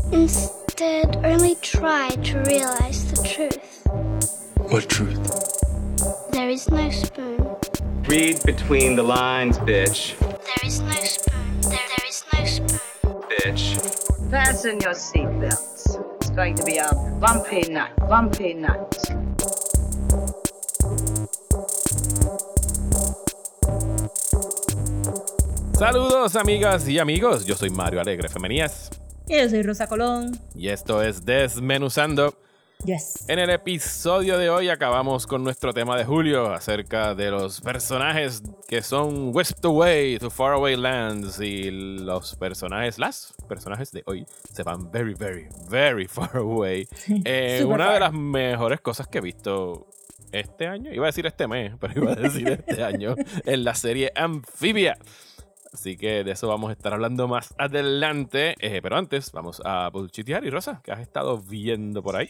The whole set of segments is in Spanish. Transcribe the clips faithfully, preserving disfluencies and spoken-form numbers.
Instead, only try to realize the truth. What truth? There is no spoon. Read between the lines, bitch. There is no spoon. There, there is no spoon. Bitch. Fasten your seatbelts. It's going to be a bumpy night, bumpy night. Saludos amigas y amigos, yo soy Mario Alegre Femenías. Y yo soy Rosa Colón. Y esto es Desmenuzando. Yes. En el episodio de hoy acabamos con nuestro tema de julio acerca de los personajes que son whisked away to faraway lands y los personajes, las personajes de hoy se van very, very, very far away. Eh, una far. de las mejores cosas que he visto este año, iba a decir este mes, pero iba a decir este año, en la serie Amphibia. Así que de eso vamos a estar hablando más adelante. Eh, pero antes, vamos a bullshitear. Y Rosa, ¿qué has estado viendo por ahí?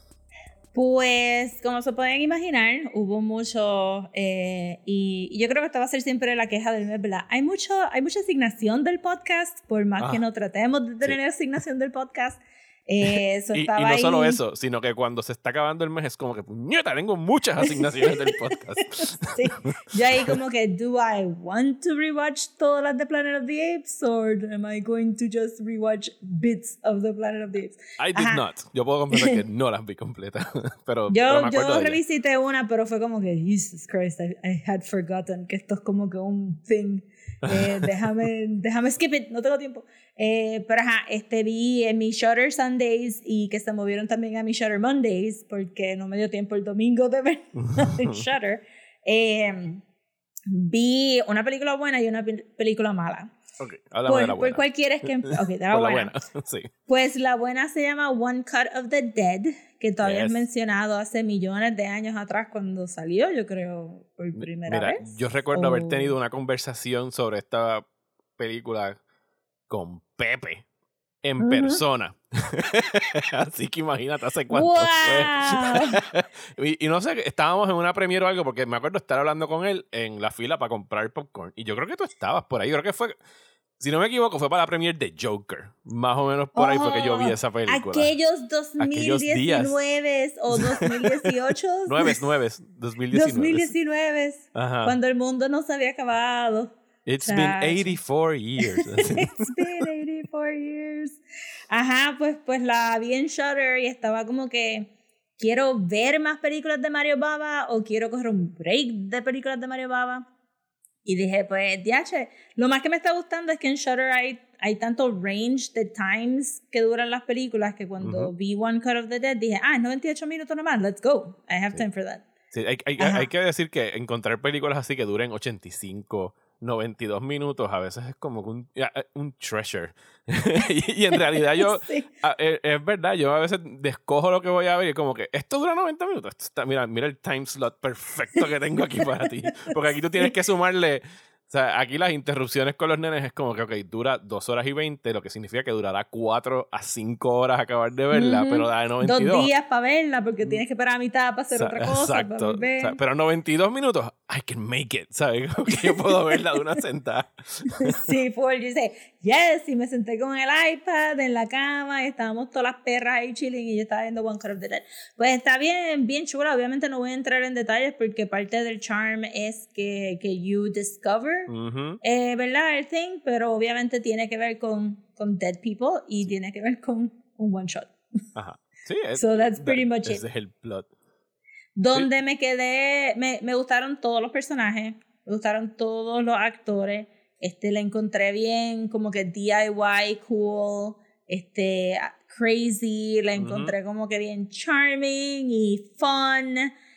Pues, como se pueden imaginar, hubo mucho, eh, y, y yo creo que esta va a ser siempre la queja del mes, ¿verdad? Hay, mucho, hay mucha asignación del podcast, por más ah, que no tratemos de tener sí. asignación del podcast. Eh, eso y, estaba y no ahí. solo eso, sino que cuando se está acabando el mes es como que, puñeta, tengo muchas asignaciones del podcast. Sí, yo ahí como que, do I want to rewatch todas las de Planet of the Apes, or am I going to just rewatch bits of the Planet of the Apes? I did Ajá. not. Yo puedo confesar que no las vi completas, pero, Yo, pero me acuerdo yo de ellas. revisité una, pero fue como que, Jesus Christ, I, I had forgotten que esto es como que un thing. Eh, déjame, déjame skip it, no tengo tiempo. Eh, pero ajá, este, vi en mi Shutter Sundays y que se movieron también a mi Shutter Mondays porque no me dio tiempo el domingo de ver en Shutter. Eh, vi una película buena y una pe- película mala. Ok, háblame Por, de la buena. ¿Por cuál quieres que...? Ok, de la Por buena. la buena, sí. Pues la buena se llama One Cut of the Dead, que tú habías Yes. mencionado hace millones de años atrás cuando salió, yo creo, por primera Mira, vez. yo recuerdo o... haber tenido una conversación sobre esta película con Pepe en Uh-huh. persona. Así que imagínate hace cuánto ¡Wow! fue. y, y no sé, estábamos en una premiere o algo, porque me acuerdo estar hablando con él en la fila para comprar popcorn. Y yo creo que tú estabas por ahí. Yo creo que fue, si no me equivoco, fue para la premiere de Joker. Más o menos por ahí fue que yo vi esa película. Aquellos dos mil diecinueve o dos mil dieciocho. Nueves, nueves, dos mil diecinueve. dos mil diecinueve, Ajá. cuando el mundo no se había acabado. It's Chacho. been eighty-four years. It's been eighty-four years. Ajá, pues, pues la vi en Shudder y estaba como que quiero ver más películas de Mario Bava o quiero coger un break de películas de Mario Bava. Y dije, pues, diache, lo más que me está gustando es que en Shudder hay, hay tanto range de times que duran las películas que cuando Uh-huh. vi One Cut of the Dead dije, ah, noventa y ocho minutos nomás, let's go. I have Sí. time for that. Sí, hay, hay, hay que decir que encontrar películas así que duren ochenta y cinco, noventa y dos minutos a veces es como un, un treasure. y, y en realidad yo, Sí. a, es, es verdad, yo a veces descojo lo que voy a ver y como que esto dura noventa minutos. Esto está, mira, mira el time slot perfecto que tengo aquí para ti. Porque aquí tú tienes que sumarle... O sea, aquí las interrupciones con los nenes es como que, ok, dura dos horas y veinte, lo que significa que durará cuatro a cinco horas acabar de verla, Ujú. pero da de noventa y dos. Dos días para verla porque tienes que parar a mitad para hacer O sea, otra cosa. Para exacto. volver. O sea, pero noventa y dos minutos, I can make it, ¿sabes? Como que yo puedo verla de una sentada. Sí, fue yo dice, yes, y me senté con el iPad en la cama y estábamos todas las perras ahí chilling y yo estaba viendo One Cut of the Dead. Pues está bien, bien chula. Obviamente no voy a entrar en detalles porque parte del charm es que, que you discover, Uh-huh. eh, ¿verdad? El thing, pero obviamente tiene que ver con, con dead people y tiene que ver con un one shot. Ajá. Sí, es, So that's pretty much ese it. es el plot. Donde Sí. me quedé, me, me gustaron todos los personajes, me gustaron todos los actores, este, la encontré bien, como que D I Y cool, este, crazy, la encontré uh-huh. como que bien charming y fun,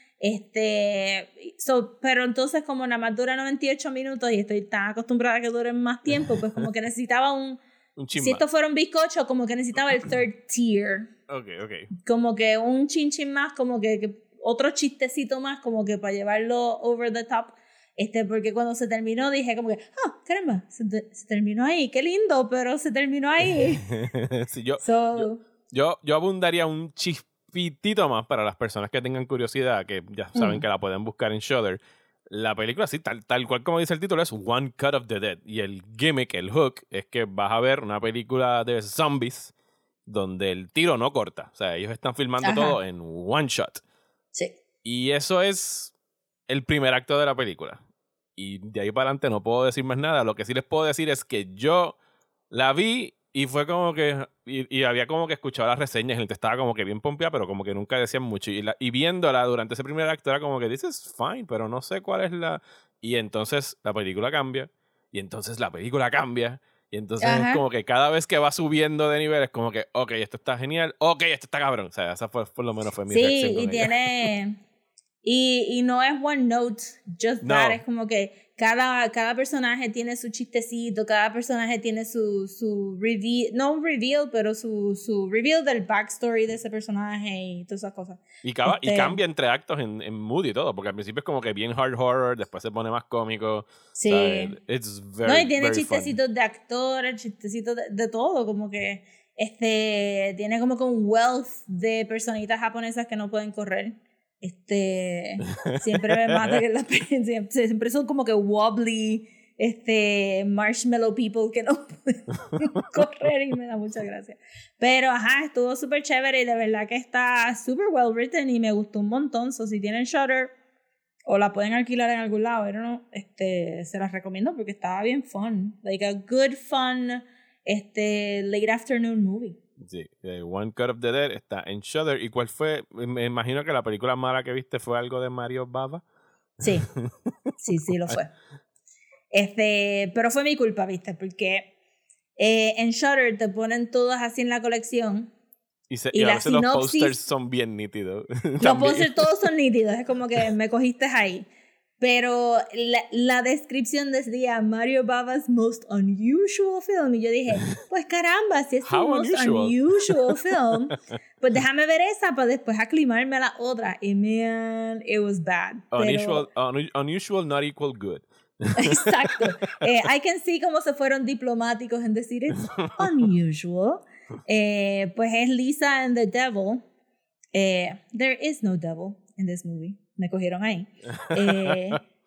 este, so, pero entonces como nada más dura noventa y ocho minutos y estoy tan acostumbrada a que duren más tiempo, pues como que necesitaba un, un si esto fuera un bizcocho, como que necesitaba el third tier. Ok, ok. Como que un chin chin más, como que, que otro chistecito más, como que para llevarlo over the top. Este, porque cuando se terminó dije como que, ah, oh, caramba, se, te, se terminó ahí, qué lindo, pero se terminó ahí. sí, yo, so, yo, yo, yo abundaría un chispitito más para las personas que tengan curiosidad, que ya saben mm. que la pueden buscar en Shudder. La película, sí, tal, tal cual como dice el título, es One Cut of the Dead. Y el gimmick, el hook, es que vas a ver una película de zombies donde el tiro no corta. O sea, ellos están filmando Ajá. todo en one shot. Sí. Y eso es el primer acto de la película. Y de ahí para adelante no puedo decir más nada. Lo que sí les puedo decir es que yo la vi y fue como que... Y, y había como que escuchado las reseñas. Y gente estaba como que bien pompeada, pero como que nunca decían mucho. Y, la, y viéndola durante ese primer acto era como que this is fine, pero no sé cuál es la... Y entonces la película cambia. Y entonces la película cambia. Y entonces Ajá. es como que cada vez que va subiendo de nivel es como que, ok, esto está genial. Ok, esto está cabrón. O sea, esa fue por lo menos fue mi Sí, reacción y con ella. tiene... Y, y no es one note, just No. that. Es como que cada, cada personaje tiene su chistecito, cada personaje tiene su, su reveal, no un reveal, pero su, su reveal del backstory de ese personaje y todas esas cosas. Y, caba- y Este- cambia entre actos en, en mood y todo, porque al principio es como que bien hard horror, después se pone más cómico. Sí. ¿sabes? It's very, No, y tiene very fun. chistecitos de actores, chistecitos de, de todo, como que este tiene como que un wealth de personitas japonesas que no pueden correr. Este siempre me mata que las siempre, siempre son como que wobbly, este marshmallow people que no pueden correr y me da mucha gracia. Pero ajá, estuvo súper chévere y de verdad que está súper well written y me gustó un montón. So, si tienen Shudder o la pueden alquilar en algún lado, I don't know, este, se las recomiendo porque estaba bien fun. Like a good fun este, late afternoon movie. Sí, eh, One Cut of the Dead está en Shudder. ¿Y cuál fue? Me imagino que la película mala que viste fue algo de Mario Bava. Sí, sí, sí lo fue. Este, pero fue mi culpa, ¿viste? Porque eh, en Shudder te ponen todas así en la colección. Y, se, Y y a la veces los sinopsis- posters son bien nítidos. Los También. posters todos son nítidos, es como que me cogiste ahí. Pero la, la descripción decía Mario Bava's most unusual film. Y yo dije, pues caramba, si es su How most unusual? unusual film, pues déjame ver esa para después aclimarme a la otra. Y man, it was bad. Pero- Unusual, unu- unusual, not equal good. Exacto. Eh, I can see cómo se fueron diplomáticos en decir it's unusual. Eh, pues es Lisa and the Devil. Eh, there is no devil in this movie. Me cogieron ahí. Eh,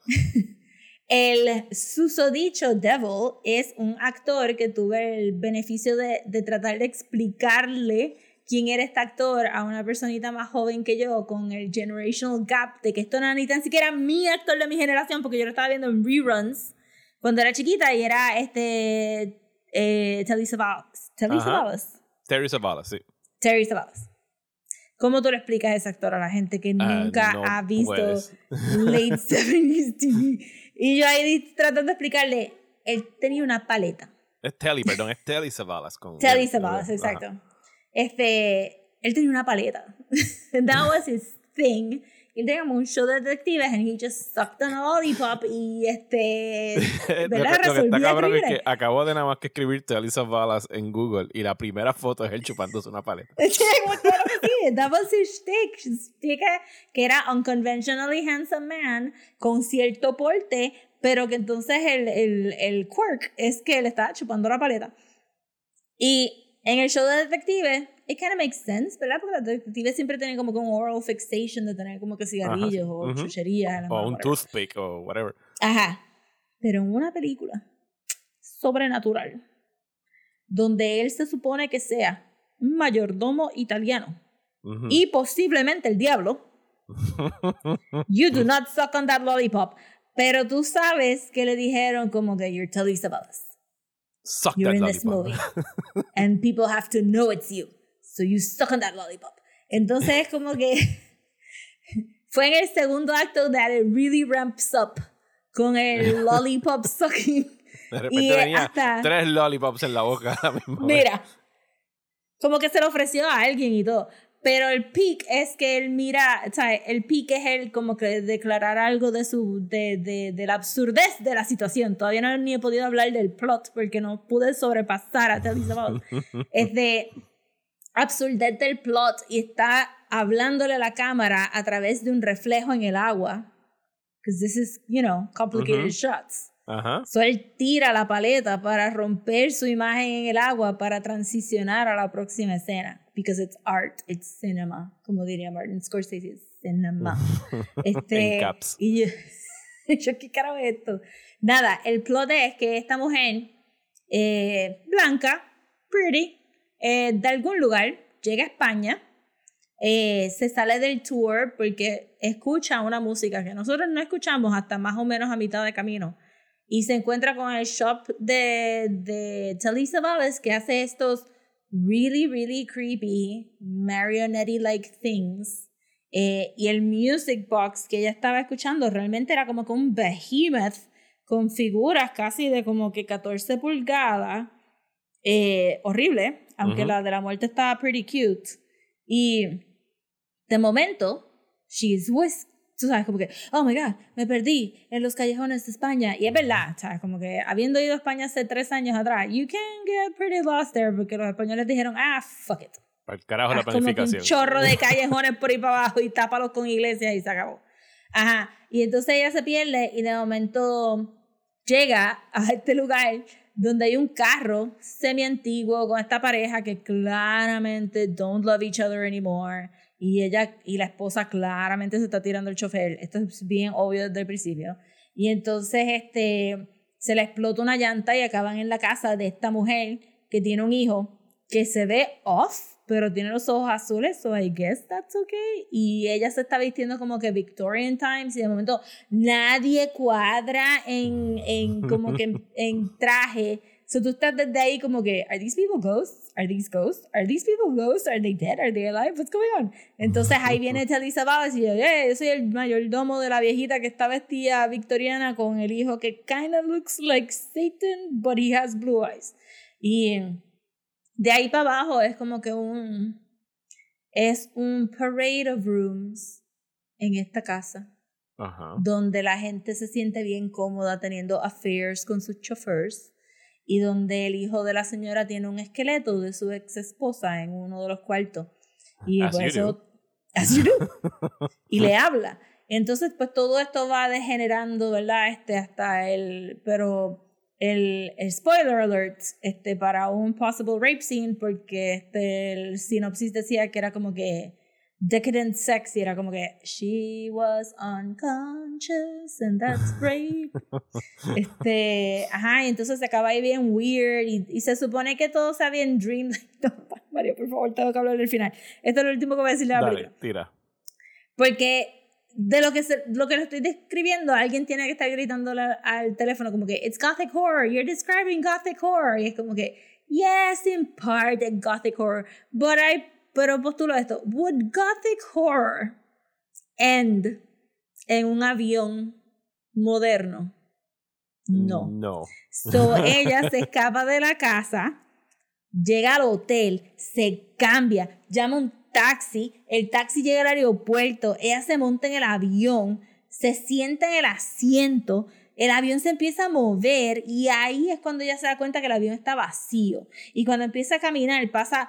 el susodicho Devil es un actor que tuve el beneficio de, de tratar de explicarle quién era este actor a una personita más joven que yo, con el generational gap de que esto no era ni tan siquiera mi actor de mi generación, porque yo lo estaba viendo en reruns cuando era chiquita y era este eh, Telly Savalas. Telly Ajá. Savalas. Terry Savalas, sí. Terry Savalas. ¿Cómo tú le explicas a ese actor a la gente que Ah, nunca no ha visto puedes. late seventies T V? Y yo ahí tratando de explicarle, él tenía una paleta. Es Telly, perdón, es Telly Savalas. Con, Telly Savalas, Ajá. exacto. Este, él tenía una paleta. That was his thing. Y él tenía como un show de detectives and he just sucked on a lollipop y este, lo, que, ¿verdad? lo que está Resolvía cabrón es crimen. que acabo de nada más que escribir Telly Savalas en Google y la primera foto es él chupándose una paleta. Sí, como claro que sí, that was his shtick. Shtick que era unconventionally handsome man con cierto porte, pero que entonces el, el, el quirk es que le estaba chupando la paleta. Y en el show de detectives, it kind of makes sense, ¿verdad? Porque los detectives siempre tienen como que un oral fixation de tener como que cigarrillos Ajá, o ujú. chucherías. a la O mano, un whatever. toothpick o whatever. Ajá. Pero en una película sobrenatural, donde él se supone que sea un mayordomo italiano Ujú. y posiblemente el diablo, you do not suck on that lollipop. Pero tú sabes que le dijeron como que you're Telly Savalas. Suck You're that in this lollipop. movie. And people have to know it's you. So you suck on that lollipop. Entonces es como que fue en el segundo acto that it really ramps up con el lollipop sucking. De Y repente tenía hasta- tres lollipops en la boca a la misma vez. Mira, como que se lo ofreció a alguien y todo. Pero el peak es que él mira, o sea, el peak es él como que declarar algo de su, de, de, de la absurdez de la situación. Todavía no ni he podido hablar del plot porque no pude sobrepasar a Telly Savalas. Es de absurdez del plot y está hablándole a la cámara a través de un reflejo en el agua. Because this is, you know, complicated Ujú. shots. Ajá. So él tira la paleta para romper su imagen en el agua para transicionar a la próxima escena. Because it's art, it's cinema. Como diría Martin Scorsese, it's cinema. Este, En caps. Y yo, yo, ¿qué carajo es esto? Nada, el plot es que esta mujer, eh, blanca, pretty, eh, de algún lugar, llega a España, eh, se sale del tour porque escucha una música que nosotros no escuchamos hasta más o menos a mitad de camino. Y se encuentra con el shop de, de Talisa Valles, que hace estos really, really creepy marionette-like things. Eh, y el music box que ella estaba escuchando realmente era como que un behemoth con figuras casi de como que catorce pulgadas. Eh, horrible, aunque uh-huh. la de la muerte estaba pretty cute. Y de momento, she's whisked. Tú sabes, como que, oh my God, me perdí en los callejones de España. Y es verdad, ¿sabes? Como que habiendo ido a España hace tres años atrás, you can get pretty lost there, porque los españoles dijeron, ah, fuck it. Para el carajo Haz la planificación. Como un chorro de callejones por ahí para abajo y tápalos con iglesias y se acabó. Ajá. Y entonces ella se pierde y de momento llega a este lugar donde hay un carro semi-antiguo con esta pareja que claramente don't love each other anymore. Y ella y la esposa claramente se está tirando el chofer. Esto es bien obvio desde el principio. Y entonces este, se le explota una llanta y acaban en la casa de esta mujer que tiene un hijo que se ve off, pero tiene los ojos azules, so I guess that's okay. Y ella se está vistiendo como que Victorian Times y de momento nadie cuadra en, en como que en, en traje. So tú estás desde ahí como que, are these people ghosts? Are these ghosts? Are these people ghosts? Are they dead? Are they alive? What's going on? Entonces ahí viene Talisa Valles y yo, yeah, yo soy el mayordomo de la viejita que está vestida victoriana con el hijo que kind of looks like Satan, but he has blue eyes. Y de ahí para abajo es como que un, es un parade of rooms en esta casa. Uh-huh. Donde la gente se siente bien cómoda teniendo affairs con sus chauffeurs. Y donde el hijo de la señora tiene un esqueleto de su ex esposa en uno de los cuartos. Y As por you eso, do. as you do. Y le habla. Entonces, pues todo esto va degenerando, ¿verdad? Este, hasta el, pero el, el spoiler alert, este, para un possible rape scene, porque este, el sinopsis decía que era como que decadent sex, y era como que she was unconscious and that's rape. este, ajá, y entonces se acaba ahí bien weird y, y se supone que todo está bien dream. No, Mario, por favor, tengo que hablar del final. Esto es lo último que voy a decirle a la Dale, película. tira. Porque de lo que, se, lo que lo estoy describiendo, alguien tiene que estar gritando al teléfono como que it's gothic horror, you're describing gothic horror. Y es como que, yes, in part gothic horror, but I Pero postulo esto. Would gothic horror end en un avión moderno? No. No. So ella se escapa de la casa, llega al hotel, se cambia, llama un taxi, el taxi llega al aeropuerto, ella se monta en el avión, se sienta en el asiento, el avión se empieza a mover y ahí es cuando ella se da cuenta que el avión está vacío. Y cuando empieza a caminar, pasa...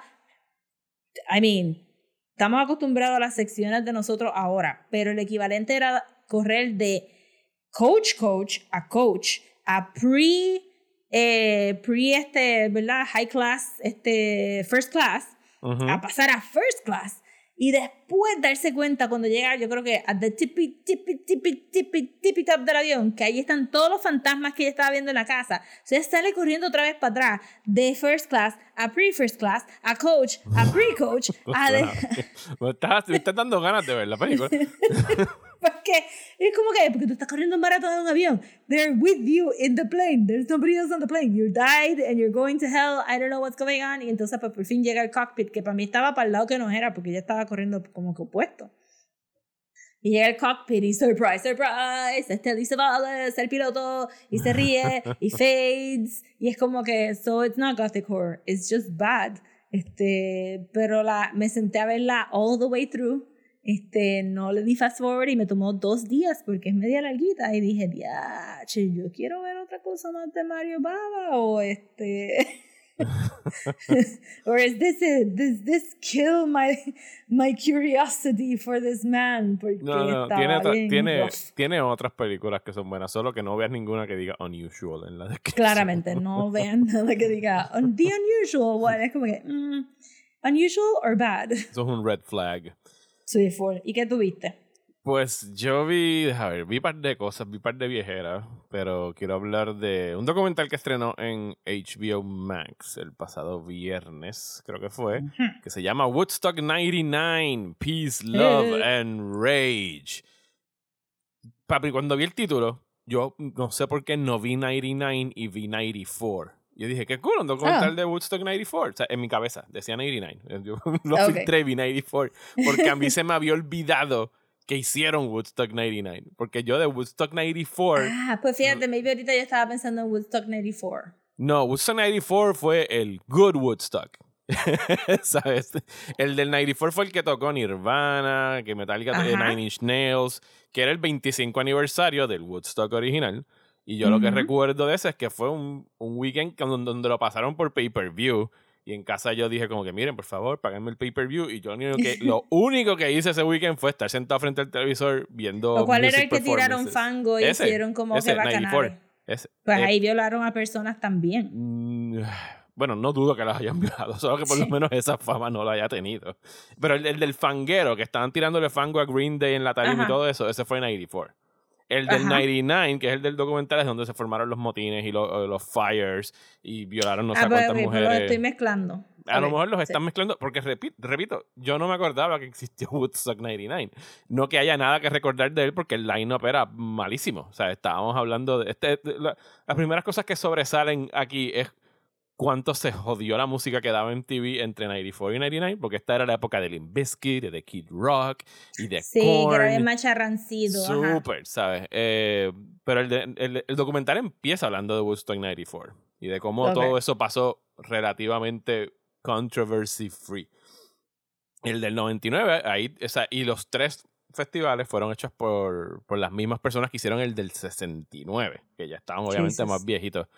I mean, estamos acostumbrados a las secciones de nosotros ahora, pero el equivalente era correr de coach coach a coach a pre, eh, pre este, ¿verdad? High class, este, first class, uh-huh. a pasar a first class y después darse cuenta cuando llega, yo creo que at the tippy, tippy, tippy, tippy, tippy top del avión, que ahí están todos los fantasmas que ella estaba viendo en la casa. O sea, sale corriendo otra vez para atrás de first class a pre-first class, a coach, a pre-coach, a... De... me, estás, me estás dando ganas de ver la película. Porque es como que, porque tú estás corriendo un maratón en un avión. They're with you in the plane. There's nobody else on the plane. You died and you're going to hell. I don't know what's going on. Y entonces pues, por fin llega el cockpit, que para mí estaba para el lado que no era, porque ya estaba corriendo como que opuesto. Y llega el cockpit y surprise, surprise, es Talisa Valles, el piloto, y se ríe, y fades. Y es como que, so it's not gothic horror, it's just bad. Este, pero la, me senté a verla all the way through. Este, no le di fast forward y me tomó dos días porque es media larguita y dije, diache, yo quiero ver otra cosa más de Mario Bava o este or is this it? Does this kill my my curiosity for this man? Porque no, no, tiene, otra, tiene, rough. tiene otras películas que son buenas, solo que no veas ninguna que diga unusual en la descripción. Claramente, no vean nada que diga the unusual one, es como que mm, unusual or bad. Eso es un red flag. Sí, fue. ¿Y qué tuviste? Pues yo vi, a ver, vi un par de cosas, vi un par de viejeras, pero quiero hablar de un documental que estrenó en H B O Max el pasado viernes, creo que fue, Ujú. que se llama Woodstock noventa y nueve, Peace, Love Eh. and Rage. Papi, cuando vi el título, yo no sé por qué no vi noventa y nueve y vi noventa y cuatro. Yo dije, qué cool, un documental Ah. de Woodstock noventa y cuatro. O sea, en mi cabeza decía noventa y nueve. Yo lo Ok. filtré y vi noventa y cuatro. Porque a mí se me había olvidado que hicieron Woodstock noventa y nueve. Porque yo de Woodstock noventa y cuatro... Ah, pues fíjate, maybe ahorita yo estaba pensando en Woodstock noventa y cuatro. No, Woodstock noventa y cuatro fue el Good Woodstock. ¿Sabes? El del noventa y cuatro fue el que tocó Nirvana, que Metallica, eh, Ajá. Nine Inch Nails, que era el veinticinco aniversario del Woodstock original. Y yo lo que Ujú. recuerdo de ese es que fue un, un weekend con- donde lo pasaron por pay-per-view. Y en casa yo dije como que, miren, por favor, páganme el pay-per-view. Y yo lo único que, lo único que hice ese weekend fue estar sentado frente al televisor viendo ¿O cuál era music el que tiraron performances. fango y Ese, hicieron como ese, que noventa y cuatro. bacanales? Ese. Pues Eh, ahí violaron a personas también. Mm, Bueno, no dudo que las hayan violado, solo que por lo Sí. menos esa fama no la haya tenido. Pero el, el del fanguero, que estaban tirándole fango a Green Day en la tarima y Ajá. todo eso, ese fue noventa y cuatro. El del Ajá. noventa y nueve, que es el del documental, es donde se formaron los motines y lo- los fires y violaron no sé Ah, pues, cuántas ok, pues los mujeres. estoy mezclando. A lo Ok, mejor los sí. están mezclando, porque repi- repito, yo no me acordaba que existió Woodstock noventa y nueve. No que haya nada que recordar de él, porque el line-up era malísimo. O sea, estábamos hablando de... Este, de la- las primeras cosas que sobresalen aquí es cuánto se jodió la música que daba en T V entre noventa y cuatro y noventa y nueve, porque esta era la época de Limp Bizkit, y de Kid Rock, y de Sí, que era bien Korn. macharrancido. Ajá. Súper, ¿sabes? Eh, pero el, de- el, el documental empieza hablando de Woodstock noventa y cuatro y de cómo Ok. todo eso pasó relativamente controversy free. El del noventa y nueve, ahí, o sea, y los tres festivales fueron hechos por, por las mismas personas que hicieron el del sesenta y nueve, que ya estaban obviamente Jesus. más viejitos.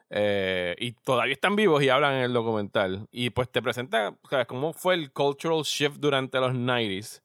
Eh, y todavía están vivos y hablan en el documental. Y pues te presenta, ¿sabes? Cómo fue el cultural shift durante los noventas,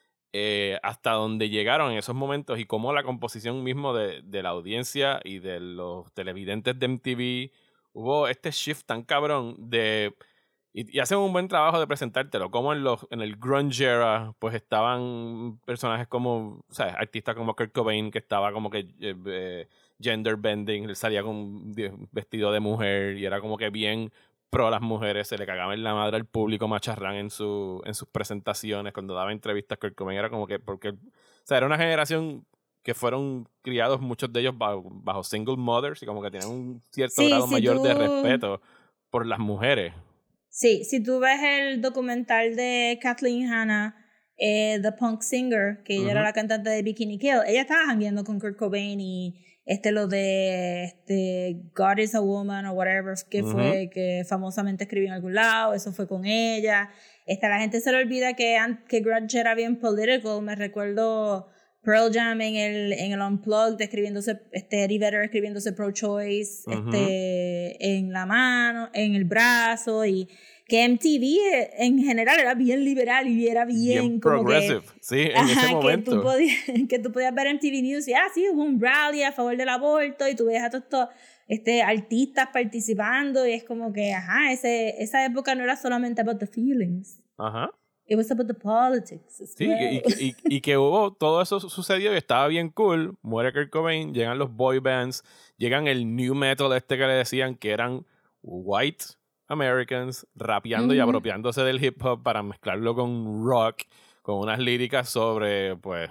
eh, hasta donde llegaron en esos momentos y cómo la composición mismo de, de la audiencia y de los televidentes de M T V, hubo este shift tan cabrón de... Y, y hacen un buen trabajo de presentártelo, como en, los, en el grunge era, pues estaban personajes como, o sea, artistas como Kurt Cobain, que estaba como que eh, eh, gender bending, él salía con un di- vestido de mujer y era como que bien pro las mujeres, se le cagaba en la madre al público macharrán en, su, en sus presentaciones, cuando daba entrevistas Kurt Cobain, era como que, porque, o sea, era una generación que fueron criados muchos de ellos bajo, bajo single mothers y como que tienen un cierto Sí, grado si mayor de tú- respeto por las mujeres. Sí, si tú ves el documental de Kathleen Hanna, eh, The Punk Singer, que ella era Ujú. la cantante de Bikini Kill, ella estaba jangueando con Kurt Cobain y este lo de este God is a Woman o whatever que Ujú. fue que famosamente escribió en algún lado, eso fue con ella. Esta, la gente se le olvida que, an- que grunge era bien political. Me recuerdo Pearl Jam en el, en el Unplugged escribiéndose, este, Eddie Vedder escribiéndose pro-choice Ujú. este, en la mano, en el brazo, y que M T V en general era bien liberal y era bien, Bien como progressive, que, sí, en ajá, ese que momento. tú podías, que tú podías ver M T V News y ah, sí, hubo un rally a favor del aborto y tú veías a todos estos este, artistas participando y es como que, ajá, ese, esa época no era solamente about the feelings. Ajá. It was about the politics as Sí, well. y, y, y que hubo, todo eso sucedió y estaba bien cool. Muere Kurt Cobain, llegan los boy bands, llegan el new metal este que le decían que eran white Americans rapeando y Ujú. apropiándose del hip hop para mezclarlo con rock, con unas líricas sobre, pues,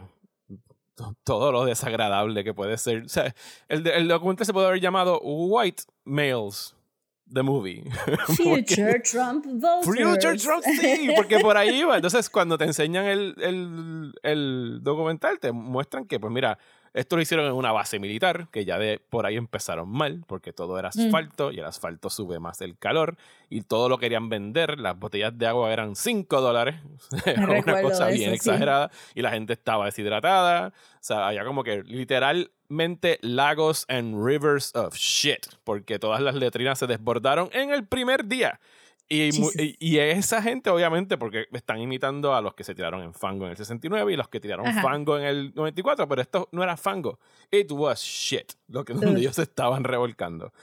to- todo lo desagradable que puede ser. O sea, el, de- el documental se puede haber llamado White Males, the movie. Future Trump voters. Future Trump, sí, porque por ahí iba. Entonces, cuando te enseñan el, el, el documental, te muestran que, pues mira, esto lo hicieron en una base militar, que ya de por ahí empezaron mal, porque todo era asfalto, y el asfalto sube más el calor, y todo lo querían vender. Las botellas de agua eran cinco dólares, una recuerdo cosa de bien eso, sí. exagerada, y la gente estaba deshidratada. O sea, había como que literalmente lagos and rivers of shit, porque todas las letrinas se desbordaron en el primer día. Y, mu- Jesus. y, y esa gente, obviamente, porque están imitando a los que se tiraron en fango en el sesenta y nueve y los que tiraron Ajá. fango en el noventa y cuatro, pero esto no era fango. It was shit, lo que, donde Ugh. ellos se estaban revolcando.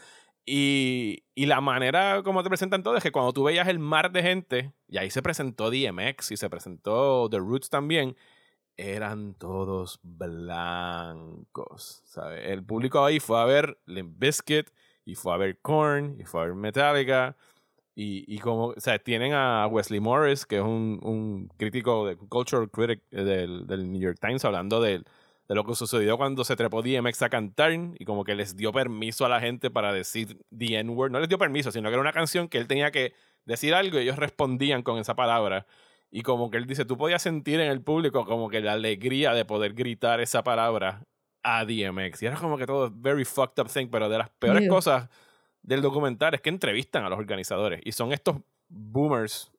Y, y la manera como te presentan todo es que cuando tú veías el mar de gente, y ahí se presentó D M X y se presentó The Roots también, eran todos blancos, ¿sabes? El público ahí fue a ver Limp Bizkit, y fue a ver Korn, y fue a ver Metallica, y, y como, o sea, tienen a Wesley Morris, que es un, un crítico, de, cultural critic del, del New York Times, hablando de, de lo que sucedió cuando se trepó D M X a cantar, y como que les dio permiso a la gente para decir the N-word. No les dio permiso, sino que era una canción que él tenía que decir algo y ellos respondían con esa palabra. Y como que él dice, tú podías sentir en el público como que la alegría de poder gritar esa palabra a D M X. Y era como que todo very fucked up thing, pero de las peores Ew. cosas del documental es que entrevistan a los organizadores. Y son estos boomers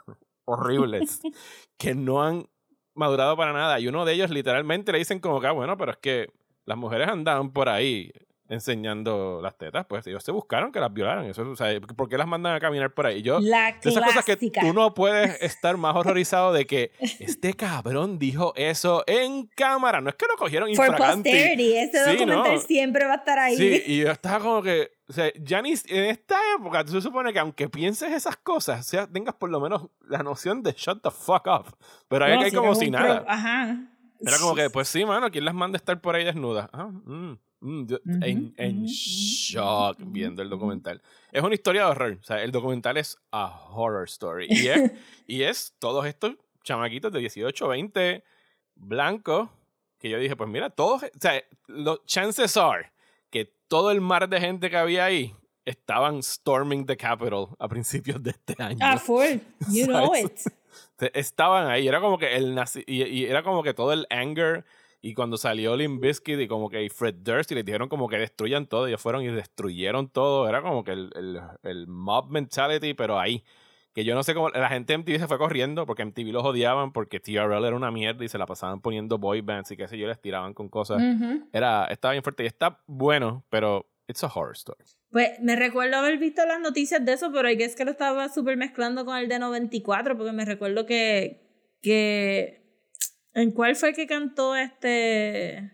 horribles que no han madurado para nada. Y uno de ellos literalmente le dicen como que, ah, bueno, pero es que las mujeres andaban por ahí enseñando las tetas, pues ellos se buscaron que las violaran. Eso, o sea, ¿por qué las mandan a caminar por ahí? Yo, La de esas cosas que clásica. tú no puedes estar más horrorizado de que este cabrón dijo eso en cámara. No es que lo cogieron For infraganti. posterity. Este Sí, documental no. siempre va a estar ahí. Sí, y yo estaba como que, o sea, ya ni en esta época, tú se supone que aunque pienses esas cosas, o sea, tengas por lo menos la noción de shut the fuck up. Pero ahí No, hay si como eres si un nada. pro- Ajá. Era como que, pues sí, mano, ¿quién las manda a estar por ahí desnudas? Ah, mm, mm, yo- Ujú, en, en ujú, shock ujú, viendo el ujú. documental. Es una historia de horror. O sea, el documental es a horror story. Y es, y es todos estos chamaquitos de dieciocho, veinte, blancos, que yo dije, pues mira, todos, o sea, los chances are que todo el mar de gente que había ahí estaban storming the Capitol a principios de este año. Ah, full. You know ¿Sabes? it. Estaban ahí, era como que el nazi y, y era como que todo el anger, y cuando salió Limp Bizkit y como que Fred Durst y les dijeron como que destruyan todo, ellos fueron y destruyeron todo, era como que el, el, el mob mentality, pero ahí, que yo no sé cómo, la gente de M T V se fue corriendo porque M T V los odiaban porque T R L era una mierda y se la pasaban poniendo boy bands y qué sé yo, les tiraban con cosas, Ujú. era, estaba bien fuerte y está bueno, pero it's a horror story. Pues me recuerdo haber visto las noticias de eso, pero hay que es que lo estaba súper mezclando con el de noventa y cuatro, porque me recuerdo que, que ¿en cuál fue que cantó este?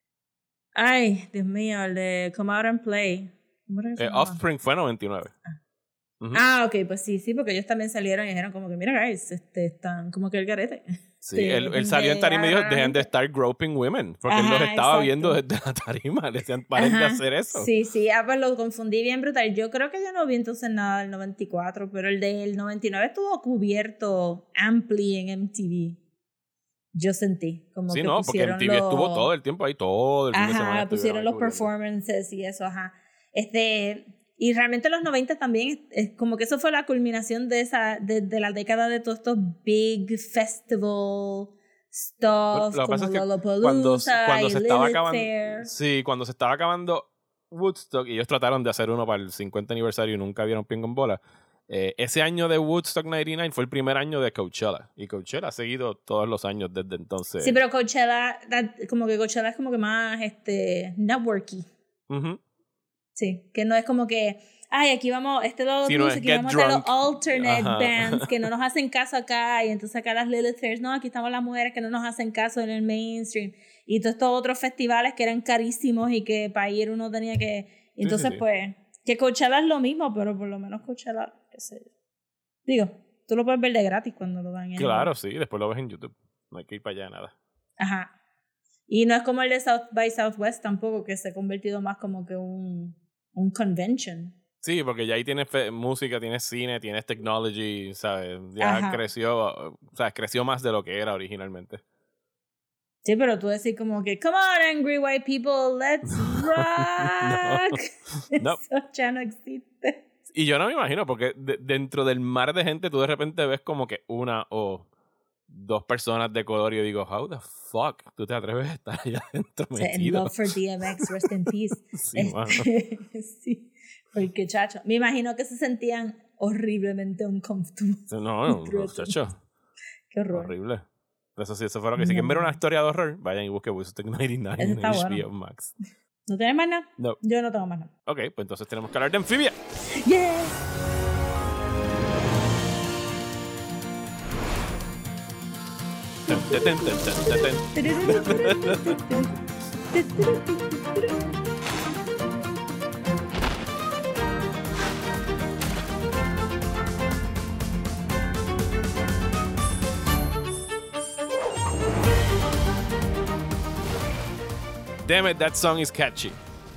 Ay, Dios mío, el de Come Out and Play. ¿Cómo era que se Eh, llamaba? Offspring fue noventa y nueve. Ujú. Ah, ok, pues sí, sí, porque ellos también salieron y dijeron como que, mira, guys, este, están como que el garete. Sí, Sí, él, él salió en tarima y dijo, dejen de estar groping women, porque él Ajá, los estaba exacto. viendo desde la tarima, le decían, paren de Ajá. hacer eso. Sí, sí, ah, pues lo confundí bien brutal. Yo creo que yo no vi entonces nada del noventa y cuatro, pero el del noventa y nueve estuvo cubierto ampli en M T V. Yo sentí como Sí, que no, porque pusieron M T V los... estuvo todo el tiempo ahí, todo el fin de semana. Ajá, estuvieron pusieron ahí los cubriendo. performances y eso, ajá. Este, y realmente los noventa también, es, es como que eso fue la culminación de esa, de, de la década de todos estos big festival Bueno, stuff, lo que pasa como es que Lollapalooza cuando, cuando y se estaba Lilith acabando, Fair. sí, cuando se estaba acabando Woodstock, y ellos trataron de hacer uno para el cincuenta aniversario y nunca vieron ping en bola. Eh, ese año de Woodstock noventa y nueve fue el primer año de Coachella, y Coachella ha seguido todos los años desde entonces. Sí, pero Coachella, that- como que Coachella es como que más este, networky. Ujú. Sí, que no es como que, ay, aquí vamos, este lado Sí, no es aquí get vamos a hacer los drunk. alternate Ajá. bands que no nos hacen caso acá, y entonces acá las Lilith Fairs, no, aquí estamos las mujeres que no nos hacen caso en el mainstream, y todos estos otros festivales que eran carísimos y que para ir uno tenía que, y entonces sí, sí. pues, que Coachella es lo mismo, pero por lo menos Coachella, qué sé yo. Digo, tú lo puedes ver de gratis cuando lo dan en... Claro, sí, después lo ves en YouTube. No hay que ir para allá, nada. Ajá. Y no es como el de South by Southwest tampoco, que se ha convertido más como que un, un convention. Sí, porque ya ahí tienes fe- música, tienes cine, tienes technology, ¿sabes? Ya Ajá. creció, o sea, creció más de lo que era originalmente. Sí, pero tú decís como que, come on, angry white people, let's rock. No. Eso ya no existe. Y yo no me imagino, porque de- dentro del mar de gente tú de repente ves como que una o dos personas de color y yo digo, how the fuck tú te atreves a estar allá adentro O sea, en metido? Love for D M X, rest in peace. Sí, mano. Este, sí, porque chacho, me imagino que se sentían horriblemente uncomfortable. No, no, Dentro de muchacho, Qué horror. horrible. Eso sí, eso fue lo que si quieren ver una historia de horror, vayan y busquen Woodstock noventa y nueve Eso en está H B O bueno. Max. ¿No tienes más nada? No. Yo no tengo más nada. Ok, pues entonces tenemos que hablar de Amphibia. Yeah. Ten, ten, ten, ten, ten, ten. damn it, that song is catchy.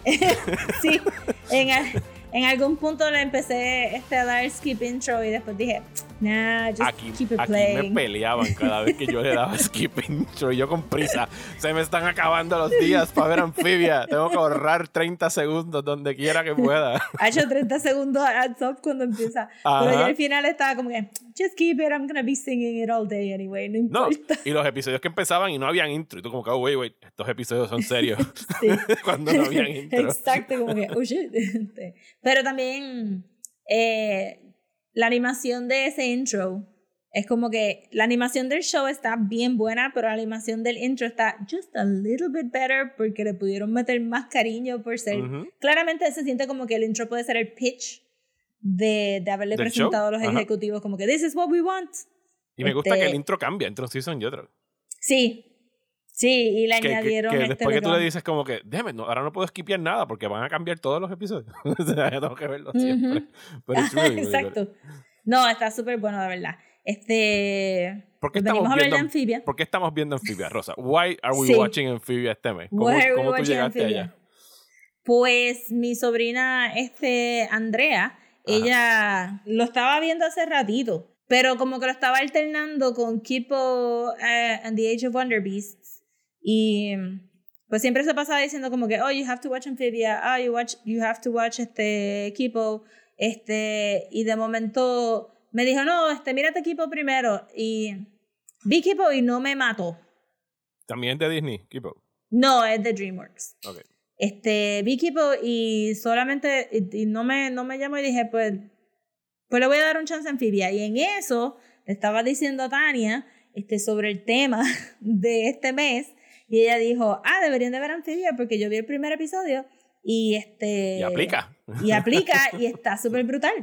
Sí, en, en algún punto le empecé este, a dar skip intro y después dije, nah, just Aquí, keep it aquí playing. me peleaban cada vez que yo le daba skip intro y yo con prisa. Se me están acabando los días para ver Amphibia. Tengo que ahorrar treinta segundos donde quiera que pueda. Ha hecho treinta segundos adds up cuando empieza. Ajá. Pero ya al final estaba como que, just keep it, I'm gonna be singing it all day anyway, no No, importa. y los episodios que empezaban y no habían intro. Y tú como que, oh, wait, wait, estos episodios son serios. Sí. Cuando no habían intro. Exacto, como que, oh shit. Pero también eh, la animación de ese intro es como que la animación del show está bien buena, pero la animación del intro está just a little bit better porque le pudieron meter más cariño por ser. Ujú. Claramente se siente como que el intro puede ser el pitch de, de haberle ¿Del presentado a show? los Ajá. ejecutivos como que this is what we want. Y me gusta Este- que el intro cambia entre un season y otro. Sí, sí, y le Que, que- añadieron que este después que tú le legado. dices como que, déjame, no, ahora no puedo skipear nada porque van a cambiar todos los episodios. O sea, tengo que verlos siempre. Pero it's really, really good. Exacto. No, está súper bueno, de verdad. Este. ¿Por qué, pues venimos estamos a hablar viendo, de Amphibia. ¿Por qué estamos viendo Amphibia, Rosa? Why are we Sí. watching Amphibia este mes? ¿Cómo, Why are we cómo tú watching llegaste Amphibia? allá? Pues mi sobrina, este, Andrea, ella lo estaba viendo hace ratito, pero como que lo estaba alternando con Kipo uh, and the Age of Wonder Beasts. Y pues siempre se pasaba diciendo como que, oh, you have to watch Amphibia, oh, you, watch, you have to watch este Kipo. Este, y de momento me dijo, no, este, mírate Kipo primero. Y vi Kipo y no me mató. También de Disney, keep up. No, es de DreamWorks. Okay. Este, vi Kipo y solamente, y, y no, me, no me llamó y dije, pues, pues le voy a dar un chance a Amphibia. Y en eso le estaba diciendo a Tania este, sobre el tema de este mes. Y ella dijo, ah, deberían de ver Amphibia porque yo vi el primer episodio y este... Y aplica. Y aplica y está súper brutal.